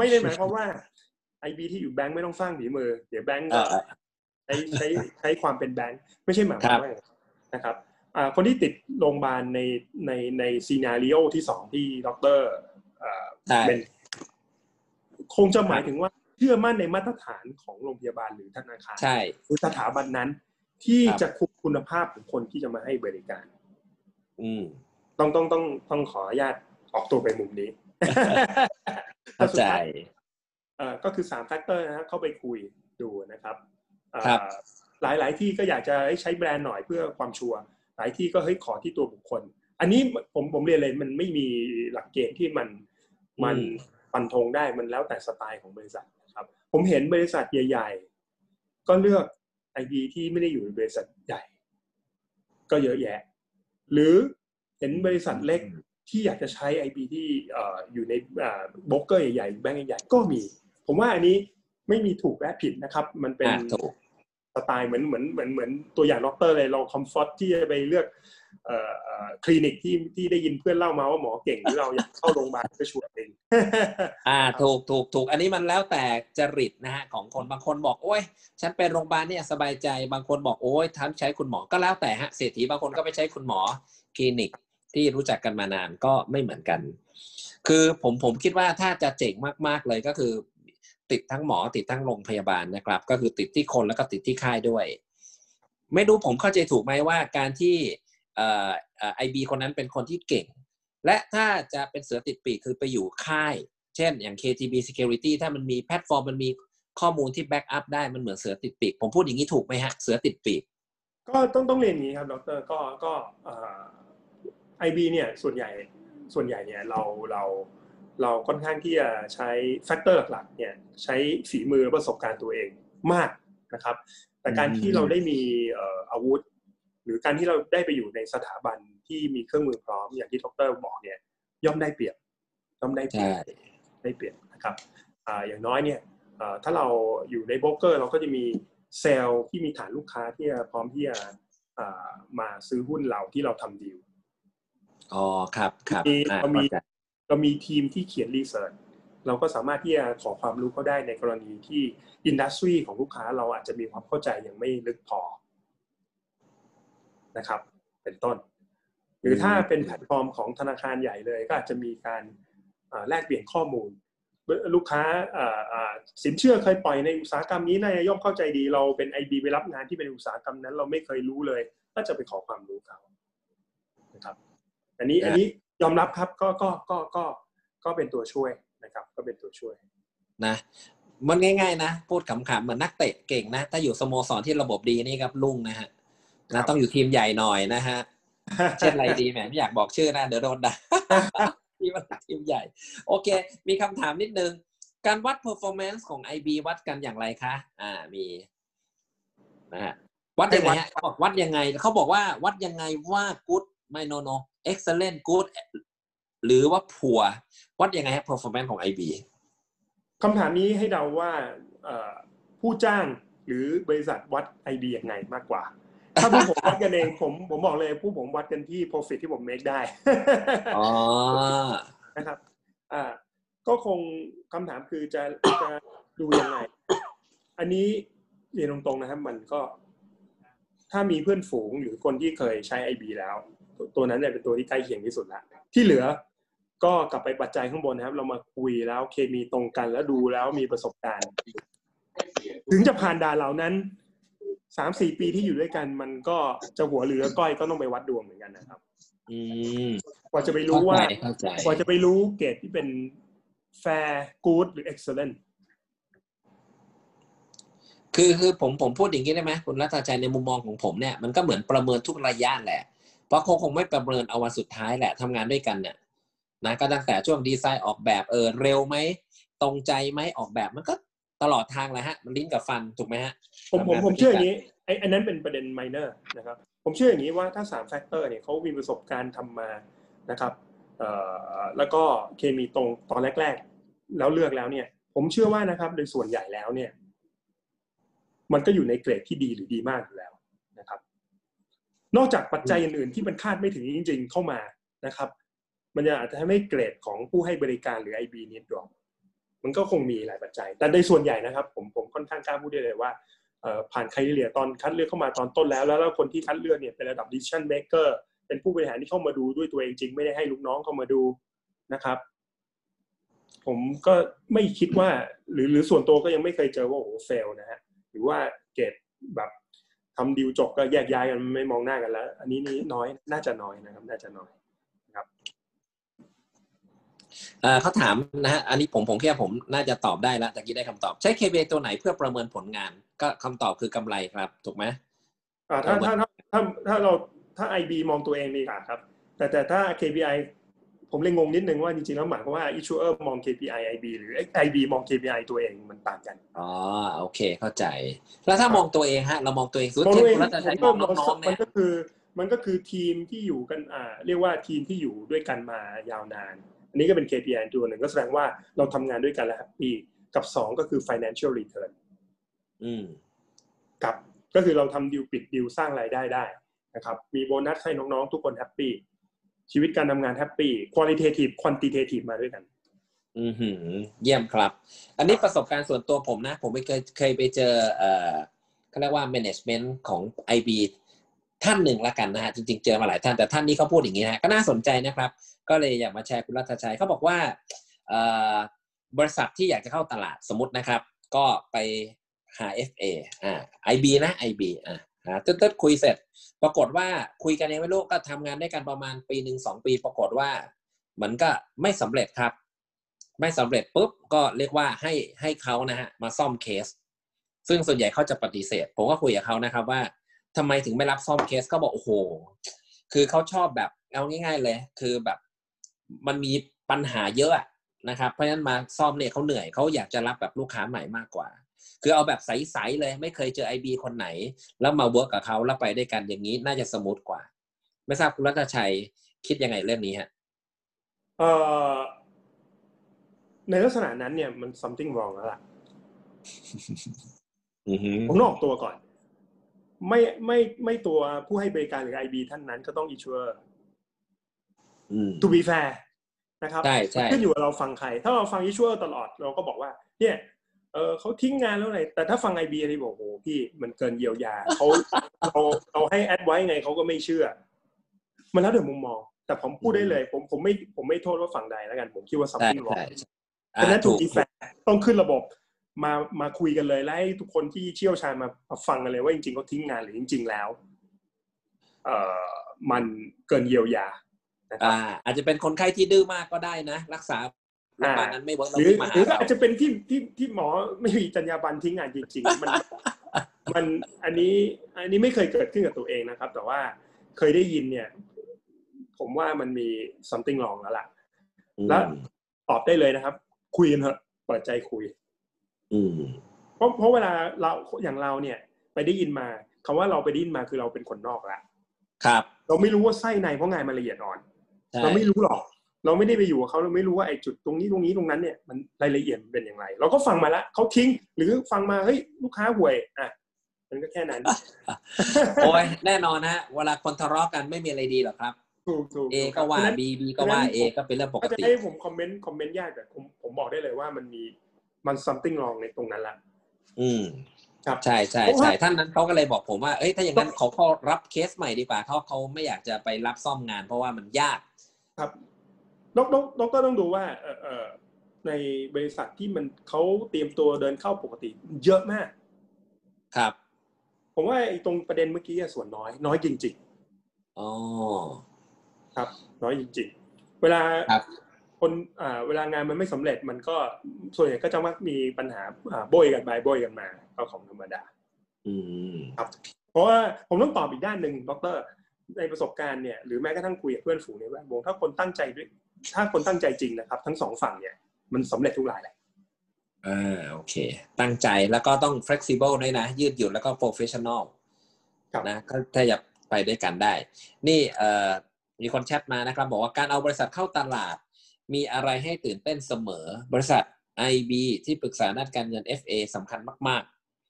IB ที่อยู่แบงก์ไม่ต้องสร้างฝีมือเดี๋ยวแบงก์ก็ใช้ความเป็นแบงก์ไม่ใช่หมายความว่านะครับคนที่ติดโรงพยาบาลในซีนาริโอที่2ที่ดร.เป็นคงจะหมายถึงว่าเชื่อมั่นในมาตรฐานของโรงพยาบาลหรือธนาคารหรือสถาบันนั้นที่จะคุมคุณภาพของคนที่จะมาให้บริการต้องขออนุญาตออกตัวไปมุมนี้เข้าใจก็คือ3แฟกเตอร์นะเข้าไปคุยดูนะครับหลายที่ก็อยากจะใช้แบรนด์หน่อยเพื่อความชัวร์หลายที่ก็ขอที่ตัวบุคคลอันนี้ผมเรียนเลยมันไม่มีหลักเกณฑ์ที่มันฟันธงได้มันแล้วแต่สไตล์ของบริษัทนะครับผมเห็นบริษัทใหญ่ๆก็เลือก IB ที่ไม่ได้อยู่ในบริษัทใหญ่ก็เยอะแยะหรือเห็นบริษัทเล็กที่อยากจะใช้ IB ที่อยู่ในโบรกเกอร์ใหญ่ๆแบงก์ใหญ่ๆก็มีผมว่าอันนี้ไม่มีถูกและผิดนะครับมันเป็นสไตล์เหมือนตัวอย่างด็อกเตอร์เลยเราคอมฟอร์ตที่จะไปเลือกคลินิกที่ได้ยินเพื่อนเล่ามาว่าหมอเก่งหรือเราอยากเข้าโรงพยาบาลไปช่วยเองถูกอันนี้มันแล้วแต่จริตนะฮะของคนบางคนบอกโอ้ยฉันเป็นโรงพยาบาลเนี่ยสบายใจบางคนบอกโอ้ยทั้งใช้คุณหมอก็แล้วแต่ฮะเศรษฐีบางคนก็ไปใช้คุณหมอคลินิกที่รู้จักกันมานานก็ไม่เหมือนกันคือผมคิดว่าถ้าจะเจ๋งมากๆเลยก็คือติดทั้งหมอติดทั้งโรงพยาบาลนะครับก็คือติดที่คนแล้วก็ติดที่ค่ายด้วยไม่รู้ผมเข้าใจถูกไหมว่าการที่IB คนนั้นเป็นคนที่เก่งและถ้าจะเป็นเสือติดปีกคือไปอยู่ค่ายเช่นอย่าง KTB Security ถ้ามันมีแพลตฟอร์มมันมีข้อมูลที่แบ็กอัพได้มันเหมือนเสือติดปีกผมพูดอย่างนี้ถูกไหมฮะเสือติดปีกก็ต้องเรียนอย่างนี้ครับดร.ก็IB เนี่ยส่วนใหญ่เนี่ยเราค่อนข้างที่จะใช้แฟกเตอร์หลักๆเนี่ยใช้ฝีมือและประสบการณ์ตัวเองมากนะครับแต่การที่เราได้มีอาวุธหรือการที่เราได้ไปอยู่ในสถาบันที่มีเครื่องมือพร้อมอย่างที่ดร.บอกเนี่ยย่อมได้เปรียบนะครับอย่างน้อยเนี่ยถ้าเราอยู่ในโบรกเกอร์เราก็จะมีเซลล์ที่มีฐานลูกค้าที่พร้อมที่จะมาซื้อหุ้นเราที่เราทำดีลอ๋อครับเรามีทีมที่เขียนรีเสิร์ชเราก็สามารถที่จะขอความรู้เขาได้ในกรณีที่อินดัสทรีของลูกค้าเราอาจจะมีความเข้าใจยังไม่ลึกพอนะครับเป็นต้นหรือถ้าเป็นแพลตฟอร์มของธนาคารใหญ่เลยก็อาจจะมีการแลกเปลี่ยนข้อมูลลูกค้าสินเชื่อเคยปล่อยในอุตสาหกรรมนี้นายย่อมเข้าใจดีเราเป็น IB ไปรับงานที่เป็นอุตสาหกรรมนั้นเราไม่เคยรู้เลยก็จะไปขอความรู้เขานะครับอันนี้ยอมรับครับก็เป็นตัวช่วยนะครับก็เป็นตัวช่วยนะมันง่ายๆนะพูดขำๆเหมือนนักเตะเก่งนะถ้าอยู่สโมสรที่ระบบดีนี่ครับลุ่งนะฮะนะต้องอยู่ทีมใหญ่หน่อยนะฮะเช่นอะไรดีแหมไม่อยากบอกชื่อนะเดี๋ยวโดนด่าทีมใหญ่โอเคมีคำถามนิดนึงการวัด performance ของ IB วัดกันอย่างไรคะมีนะฮะวัดยังไงฮะวัดยังไงเขาบอกว่าวัดยังไงว่า good ไม่ no excellent good หรือว่า poor วัดยังไงฮะ performance ของ IB คำถามนี้ให้เดาว่าผู้จ้างหรือบริษัทวัด IB ยังไงมากกว่าถ้าผู้ผมวัดกันเองผมบอกเลยผู้ผมวัดกันที่ profit ที่ผม make ได้นะครับก็คงคำถามคือจะดูยังไงอันนี้เรียนตรงๆนะครับมันก็ถ้ามีเพื่อนฝูงหรือคนที่เคยใช้ IB แล้วตัวนั้นเนี่ยเป็นตัวที่ใกล้เคียงที่สุดละที่เหลือก็กลับไปปัจจัยข้างบนนะครับเรามาคุยแล้วเคมีตรงกันแล้วดูแล้วมีประสบการณ์ถึงจะผ่านด่านเหล่านั้น 3-4 ปีที่อยู่ด้วยกันมันก็จะหัวเรือก้อยก็ต้องไปวัดดวงเหมือนกันนะครับกว่าจะไปรู้ว่ากว่าจะไปรู้เกรดที่เป็น fair good หรือ excellent คือผมพูดอย่างนี้ได้ไหมคุณรัตชัยในมุมมองของผมเนี่ยมันก็เหมือนประเมินทุกระยะแหละเพราะคงไม่ประเมินเอาวันสุดท้ายแหละทำงานด้วยกันเนี่ยนะก็ตั้งแต่ช่วงดีไซน์ออกแบบเร็วไหมตรงใจไหมออกแบบมันก็ตลอดทางแหละฮะมันลิ้นกับฟันถูกไหมฮะผมเชื่ออย่างนี้อันนั้นเป็นประเด็น minor นะครับผมเชื่ออย่างนี้ว่าถ้า3 factor เนี่ยเขามีประสบการณ์ทำมานะครับแล้วก็เคมีตรงตอนแรกๆแล้วเลือกแล้วเนี่ยผมเชื่อว่านะครับโดยส่วนใหญ่แล้วเนี่ยมันก็อยู่ในเกรดที่ดีหรือดีมากอยู่แล้วนะครับนอกจากปัจจัยอื่นๆที่มันคาดไม่ถึงจริงๆเข้ามานะครับมันจะอาจจะทำให้เกรดของผู้ให้บริการหรือ IB เนี่ยดรอปมันก็คงมีหลายปัจจัยแต่ในส่วนใหญ่นะครับผมค่อนข้างกล้าพูดได้เลยว่าผ่านไครเทียตอนคัดเลือกเข้ามาตอนต้นแล้วคนที่คัดเลือกเนี่ยเป็นระดับ decision maker เป็นผู้บริหารที่เข้ามาดูด้วยตัวเองจริงไม่ได้ให้ลูกน้องเข้ามาดูนะครับผมก็ไม่คิดว่าหรือส่วนตัวก็ยังไม่เคยเจอว่าโอ้โหเฟลนะฮะหรือว่าเกรดแบบทำดีลจบก็แยกย้ายกันไม่มองหน้ากันแล้วอันนี้น้อยน่าจะน้อยนะครับน่าจะน้อยครับเขาถามนะฮะอันนี้ผมคิดว่าผมน่าจะตอบได้แล้วตะกี้ได้คำตอบใช้ KPI ตัวไหนเพื่อประเมินผลงานก็คำตอบคือกำไรครับถูกไหมถ้า IB มองตัวเองดีกว่าครับแต่ถ้า KPI ผมเลยงงนิดนึงว่าจริงๆแล้วหมายความว่า issuer มอง KPI IB หรือ IB มอง KPI ตัวเองมันต่างกันโอเคเข้าใจแล้วถ้ามองตัวเองฮะเรามองตัวเองสุดที่คุณรัตชัยมองน้องๆเนี่ยมันก็คือทีมที่อยู่กันเรียกว่าทีมที่อยู่ด้วยกันมายาวนานอันนี้ก็เป็น KPI ตัวหนึ่งก็แสดงว่าเราทำงานด้วยกันแล้วแฮปปี้กับ2ก็คือ financial return กับก็คือเราทำดีลปิดดีลสร้างรายได้ได้นะครับมีโบนัสให้น้องๆทุกคนแฮปปี้ชีวิตการทำงานแฮปปี้ qualitative quantitative มาด้วยกันเยี่ยมครับอันนี้ประสบการณ์ส่วนตัวผมนะผมเคยไปเจอเขาเรียกว่า management ของ IB ท่านหนึ่งละกันนะฮะจริงๆเจอมาหลายท่านแต่ท่านนี้เขาพูดอย่างนี้นะก็น่าสนใจนะครับก็เลยอยากมาแชร์คุณรัตชัยเขาบอกว่าบริษัทที่อยากจะเข้าตลาดสมมตินะครับก็ไปหา FA IB นะ IB ตึ๊ดคุยเสร็จปรากฏว่าคุยกันเองไม่รู้ก็ทำงานด้วยกันประมาณปี1-2 ปีปรากฏว่ามันก็ไม่สำเร็จครับไม่สำเร็จปุ๊บก็เรียกว่าให้เขานะฮะมาซ่อมเคสซึ่งส่วนใหญ่เขาจะปฏิเสธผมก็คุยกับเขานะครับว่าทำไมถึงไม่รับซ่อมเคสเขาบอกโอ้โหคือเขาชอบแบบเอาง่ายๆเลยคือแบบมันมีปัญหาเยอะนะครับเพราะฉะนั้นมาซ่อมเนี่ยเขาเหนื่อยเขาอยากจะรับแบบลูกค้าใหม่มากกว่าคือเอาแบบใสๆเลยไม่เคยเจอ IB คนไหนแล้วมาเวิร์กกับเขาแล้วไปด้วยกันอย่างนี้น่าจะสมูทกว่าไม่ทราบคุณรัตชัยคิดยังไงเรื่องนี้ฮะในลักษณะนั้นเนี่ยมัน something wrong แล้วล่ะผมต้องออกตัวก่อนไม่ตัวผู้ให้บริการหรือ IB ท่านนั้นก็ต้อง issuer to be fair นะครับขึ้นอยู่กับเราฟังใครถ้าเราฟัง issuer ตลอดเราก็บอกว่าเนี่ยเขาทิ้งงานแล้วอะไรแต่ถ้าฟัง IB อะไรบอกโอ้พี่มันเกินเยียวยาเราให้แอดไว้ไงเขาก็ไม่เชื่อมันแล้วแต่มุมมองแต่ผมพูดได้เลยผมไม่โทษว่าฝั่งใดแล้วกันผมคิดว่า something wrong ฉะนั้น to be fair ต้องขึ้นระบบมาคุยกันเลยและให้ทุกคนที่เชี่ยวชาญมาฟังกันเลยว่าจริงๆเขาทิ้งงานหรือจริงๆแล้วมันเกินเยียวยาอาจจะเป็นคนไข้ที่ดื้อมากก็ได้นะรักษาโรงพยาบาลนั้นไม่เวิร์กแล้ววิ่งมาหาเราอาจจะเป็นที่หมอไม่มีจรรยาบรรณทิ้งงานจริงๆมันอันนี้ไม่เคยเกิดขึ้นกับตัวเองนะครับแต่ว่าเคยได้ยินเนี่ยผมว่ามันมี something wrong แล้วล่ะแล้วตอบได้เลยนะครับคุยกันเถอะเปิดใจคุยเพราะเวลาเราอย่างเราเนี่ยไปได้ยินมาคำว่าเราไปได้ยินมาคือเราเป็นคนนอกละครับเราไม่รู้ว่าไส้ในเพราะงานมันละเอียดอ่อนเราไม่รู้หรอกเราไม่ได้ไปอยู่กับเขาเราไม่รู้ว่าไอ้จุดตรงนี้ตรงนั้นเนี่ยมันรายละเอียดเป็นอย่างไรเราก็ฟังมาแล้วเขาทิ้งหรือฟังมาเฮ้ยลูกค้าห่วยมันก็แค่นั้นโอ้ยแน่นอนฮะเวลาคนทะเลาะกันไม่มีอะไรดีหรอกครับA ก็ว่า B ก็ว่า A ก็เป็นเรื่องปกติให้ผมคอมเมนต์ยากแต่ผมบอกได้เลยว่ามัน something wrong ในตรงนั้นละครับใช่ท่านนั้นเขาก็เลยบอกผมว่าเอ้ยถ้าอย่างนั้นเขารับเคสใหม่ดีกว่าเขาไม่อยากจะไปรับซ่อมงานเพราะว่ามันยากครับดรต้องดูว่าในบริษัทที่มันเขาเตรียมตัวเดินเข้าปกติเยอะมากครับผมว่าไอ้ตรงประเด็นเมื่อกี้ส่วนน้อยจริงๆอ๋อครับน้อยจริงๆเวลาคนเวลางานมันไม่สำเร็จมันก็ส่วนใหญ่ก็จะมักมีปัญหาโบยกันไปโบยกันมาก็ของธรรมดาครับเพราะว่าผมต้องตอบอีกด้านหนึ่งดร.ในประสบการณ์เนี่ยหรือแม้กระทั่งคุยกับเพื่อนฝูงในแวดวงถ้าคนตั้งใจจริงนะครับทั้งสองฝั่งเนี่ยมันสำเร็จทุกรายแหละโอเคตั้งใจแล้วก็ต้อง flexible ด้วยนะยืดหยุ่นแล้วก็ professional นะก็ถ้าอยากไปด้วยกันได้นี่มีคนแชทมานะครับบอกว่าการเอาบริษัทเข้าตลาดมีอะไรให้ตื่นเต้นเสมอบริษัท IB ที่ปรึกษาด้านการเงิน FA สำคัญมาก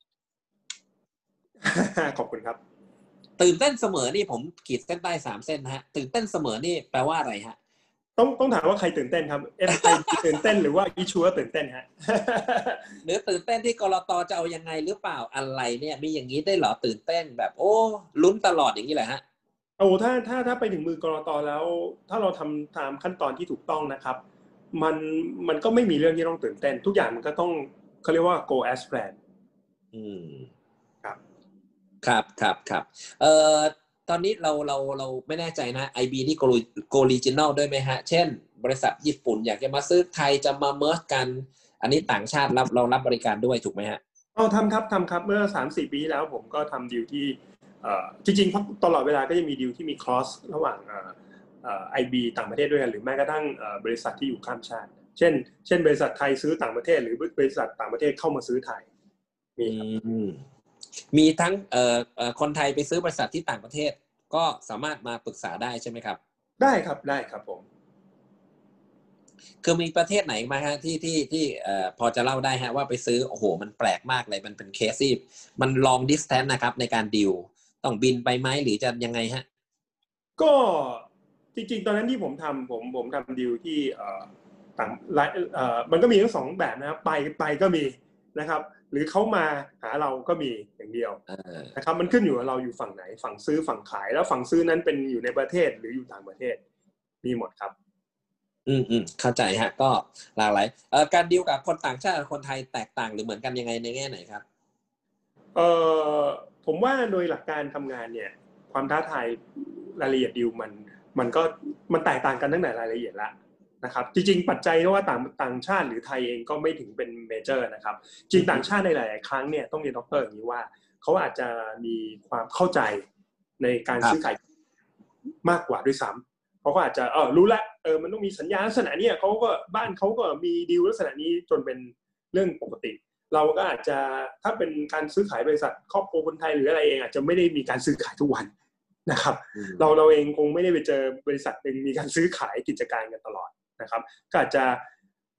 ๆขอบคุณครับตื่นเต้นเสมอนี่ผมขีดเส้นใต้3เส้นนะฮะตื่นเต้นเสมอนี่แปลว่าอะไรฮะต้องถามว่าใครตื่นเต้นครับ FA ตื่นเต้นหรือว่าอีชัวตื่นเต้นฮะหรือตื่นเต้นที่กลต.จะเอายังไงหรือเปล่าอะไรเนี่ยมีอย่างนี้ได้เหรอตื่นเต้นแบบโอ้ลุ้นตลอดอย่างนี้แหละฮะถ้าไปถึงมือกลต.แล้วถ้าเราทำตามขั้นตอนที่ถูกต้องนะครับมันก็ไม่มีเรื่องที่ต้องตื่นเต้นทุกอย่างมันก็ต้องเขาเรียกว่า go as planned ครับตอนนี้เราไม่แน่ใจนะ IB นี่โกรีจินัลด้วยไหมฮะเช่นบริษัทญี่ปุ่นอยากจะมาซื้อไทยจะมาเมิร์จกันอันนี้ต่างชาติเรารับบริการด้วยถูกไหมฮะทำครับเมื่อ 3-4 ปีแล้วผมก็ทำดีลที่จริงๆตลอดเวลาก็จะมีดีลที่มี cross ระหว่างIB ต่างประเทศด้วยกันหรือแม้กระทั่งบริษัทที่อยู่ข้ามชาติเช่นบริษัทไทยซื้อต่างประเทศหรือบริษัทต่างประเทศเข้ามาซื้อไทยมีทั้งคนไทยไปซื้อบริษัทที่ต่างประเทศก็สามารถมาปรึกษาได้ใช่ไหมครับได้ครับผมคือมีประเทศไหนมาฮะที่พอจะเล่าได้ฮะว่าไปซื้อโอ้โหมันแปลกมากเลยมันเป็นเคสที่มัน long distance นะครับในการดีลต้องบินไปไหมหรือจะยังไงฮะก็จริงๆตอนนั้นที่ผมทำดีลที่ต่างมันก็มีทั้งสองแบบนะครับไปก็มีนะครับหรือเขามาหาเราก็มีอย่างเดียวนะครับมันขึ้นอยู่ว่าเราอยู่ฝั่งไหนฝั่งซื้อฝั่งขายแล้วฝั่งซื้อนั้นเป็นอยู่ในประเทศหรืออยู่ต่างประเทศมีหมดครับเข้าใจฮะก็หลากหลายการดีลกับคนต่างชาติกับคนไทยแตกต่างหรือเหมือนกันยังไงในแง่ไหนครับผมว่าโดยหลักการทำงานเนี่ยความท้าทายรายละเอียดดีลมันแตกต่างกันตั้งแต่รายละเอียดละนะครับจริงๆปัจจัยว่าต่างชาติหรือไทยเองก็ไม่ถึงเป็นเมเจอร์นะครับจริงต่างชาติในหลายๆครั้งเนี่ยต้องเรียนดร.อย่างนี้ว่าเขาอาจจะมีความเข้าใจในการซื้อขายมากกว่าด้วยซ้ำเขาก็อาจจะรู้ละมันต้องมีสัญญาลักษณะนี้เขาก็บ้านเขาก็มีดีลลักษณะนี้จนเป็นเรื่องปกติเราก็อาจจะถ้าเป็นการซื้อขายบริษัทครอบครัวคนไทยหรืออะไรเองอาจจะไม่ได้มีการซื้อขายทุกวันนะครับเราเองคงไม่ได้ไปเจอบริษัทนึงมีการซื้อขายกิจการกันตลอดนะครับก็อาจจะ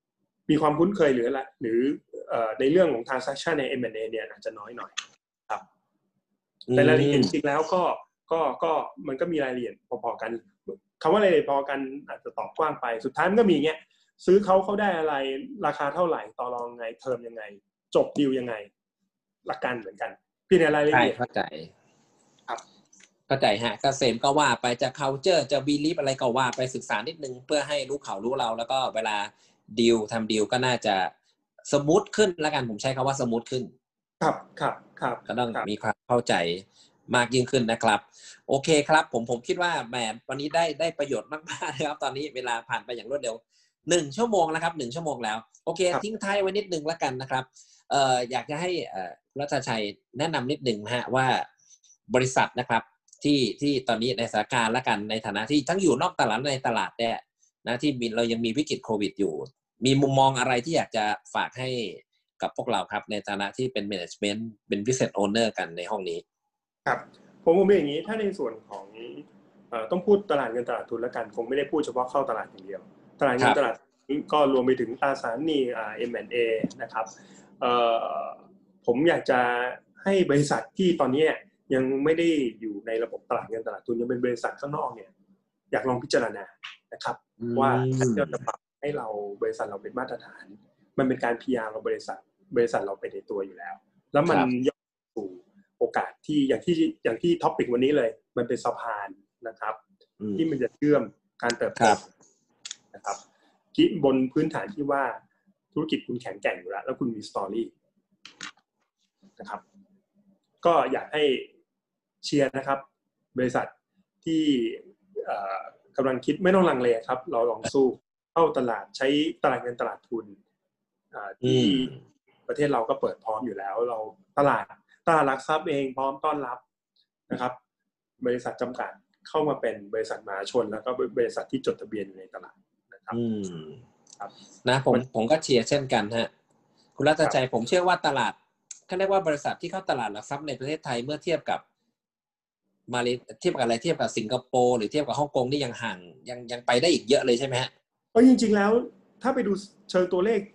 มีความคุ้นเคยหรือในเรื่องของ transaction ใน M&A เนี่ยอาจจะน้อยหน่อยครับแต่รายละเอียดจริงแล้วก็มันก็มีรายละเอียดพอๆกันคำว่ารายละเอียดพอกันอาจจะตอบกว้างไปสุดท้ายมันก็มีเงี้ยซื้อเขาได้อะไรราคาเท่าไหร่ต่อรองไงเทอมยังไงจบดีลยังไงหลักการเหมือนกันพี่ในรายละเอียดเข้าใจครับเข้าใจฮะเกษมก็ว่าไปจะ culture จะ belief อะไรก็ว่าไปศึกษานิดนึงเพื่อให้รู้เขารู้เราแล้วก็เวลาดีลทำดีลก็น่าจะสมูทขึ้นแล้วกันผมใช้คำว่าสมูทขึ้นครับก็ต้องมีความเข้าใจมากยิ่งขึ้นนะครับโอเคครับผมคิดว่าแหมวันนี้ได้ประโยชน์มากๆนะครับตอนนี้เวลาผ่านไปอย่างรวดเร็ว1 ชั่วโมงแล้วครับ1 ชั่วโมงแล้วโอเคทิ้งท้ายไว้นิดนึงแล้วกันนะครับอยากจะให้รัตชัยแนะนำนิดนึงนะฮะว่าบริษัทนะครับที่ตอนนี้ในสถานการณ์และกันในฐานะที่ทั้งอยู่นอกตลาดและในตลาดเนี่ยนะที่เรายังมีวิกฤตโควิดอยู่มีมุมมองอะไรที่อยากจะฝากให้กับพวกเราครับในฐานะที่เป็น management เป็น business owner กันในห้องนี้ครับผมเป็นอย่างนี้ถ้าในส่วนของต้องพูดตลาดเงินตลาดทุนแล้วกันคงไม่ได้พูดเฉพาะเข้าตลาดอย่างเดียวตลาดเงินตลาดก็รวมไปถึงตราสารหนี้M&A นะครับผมอยากจะให้บริษัทที่ตอนนี้ยังไม่ได้อยู่ในระบบตลาดเงินตลาดทุนยังเป็นบริษัทข้างนอกเนี่ยอยากลองพิจารณานะครับว่าถ้าเราจะปรับให้เราบริษัทเราเป็นมาตรฐานมันเป็นการ PR เราบริษัทเราไปในตัวอยู่แล้วแล้วมันย่อสู่โอกาสที่อย่างที่ท็อปิกวันนี้เลยมันเป็นสะพานนะครับที่มันจะเชื่อมการเติบโตนะครับที่บนพื้นฐานที่ว่าธุรกิจคุณแข็งแกร่งอยู่แล้วคุณมีสตอรี่นะครับก็อยากให้เชียร์นะครับบริษัทที่กำลังคิดไม่ต้องลังเลครับเราลองสู้เข้าตลาดใช้ตลาดเงินตลาดทุนที่ประเทศเราก็เปิดพร้อมอยู่แล้วเราตลาดหลักทรัพย์เองพร้อมต้อนรับนะครับบริษัทจำกัดเข้ามาเป็นบริษัทมหาชนแล้วก็บริษัทที่จดทะเบียนอยู่ในตลาดนะครับครับนะผมก็เชียร์เช่นกันฮะคุณรัตชัยผมเชื่อว่าตลาดเขาเรียกว่าบริษัทที่เข้าตลาดหลักทรัพย์ในประเทศไทยเมื่อเทียบกับเทียบกับอะไรเทียบกับสิงคโปร์หรือเทียบกับฮ่องกงนี่ยังห่างยังไปได้อีกเยอะเลยใช่ไหมฮะจริงๆแล้วถ้าไปดูเชิงตัวเลข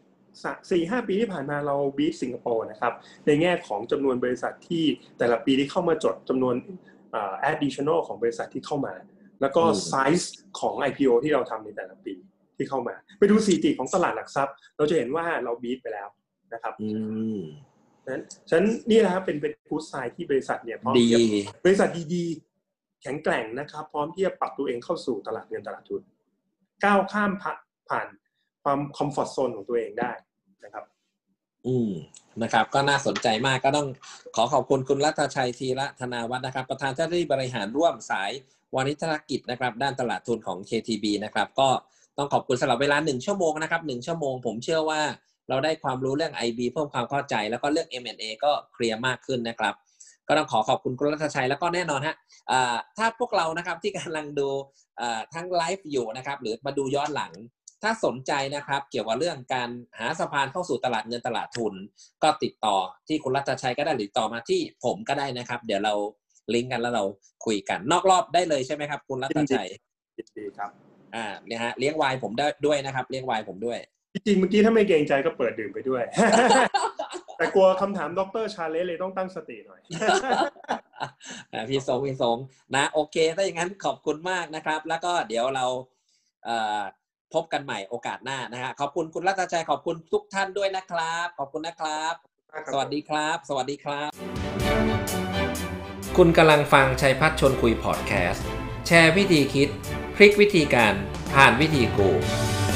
4-5 ปีที่ผ่านมาเราบีทสิงคโปร์นะครับในแง่ของจำนวนบริษัทที่แต่ละปีที่เข้ามาจดจำนวนadditional ของบริษัทที่เข้ามาแล้วก็ไซส์ของ IPO ที่เราทำในแต่ละปีที่เข้ามาไปดูสถิติของตลาดหลักทรัพย์เราจะเห็นว่าเราบีทไปแล้วนะครับฉะนั้นนี่แหละครับเป็นกู๊ดไซน์ที่บริษัทเนี่ยพร้อมที่บริษัทดีๆแข็งแกร่งนะครับพร้อมที่จะปรับตัวเองเข้าสู่ตลาดเงินตลาดทุนก้าวข้ามผ่านความคอมฟอร์ตโซนของตัวเองได้นะครับนะครับก็น่าสนใจมากก็ต้องขอบคุณคุณรัตชัยธีระธนาวัฒน์นะครับประธานเจ้าหน้าที่บริหารร่วมสายวานิชธุรกิจนะครับด้านตลาดทุนของ KTB นะครับก็ต้องขอบคุณสำหรับเวลา1 ชั่วโมงนะครับ1 ชั่วโมงผมเชื่อว่าเราได้ความรู้เรื่อง IB เพิ่มความเข้าใจแล้วก็เรื่อง M&A ก็เคลียร์มากขึ้นนะครับก็ต้องขอบคุณคุณรัตชัยแล้วก็แน่นอนฮะถ้าพวกเรานะครับที่กำลังดูทั้งไลฟ์อยู่นะครับหรือมาดูย้อนหลังถ้าสนใจนะครับเกี่ยวกับเรื่องการหาสะพานเข้าสู่ตลาดเงินตลาดทุนก็ติดต่อที่คุณรัตชัยก็ได้หรือติดต่อมาที่ผมก็ได้นะครับเดี๋ยวเราลิงก์กันแล้วเราคุยกันนอกรอบได้เลยใช่ไหมครับคุณรัตชัยดีครับเนี่ยฮะเลี้ยงไวน์ผมได้ด้วยนะครับเลี้ยงไวน์ผมด้วยจริงๆเมื่อกี้ถ้าไม่เกรงใจก็เปิดดื่มไปด้วย แต่กลัวคำถามดร.ชาเลเลยต้องตั้งสติหน่อยพี่สงนะโอเคถ้าอย่างนั้นขอบคุณมากนะครับแล้วก็เดี๋ยวเราพบกันใหม่โอกาสหน้านะฮะขอบคุณคุณรัตชัยขอบคุณทุกท่านด้วยนะครับขอบคุณนะครับสวัสดีครับสวัสดีครับคุณกำลังฟังชัยพัฒน์ชวนคุยพอดแคสต์แชร์วิธีคิดพลิกวิธีการผ่านวิธีกู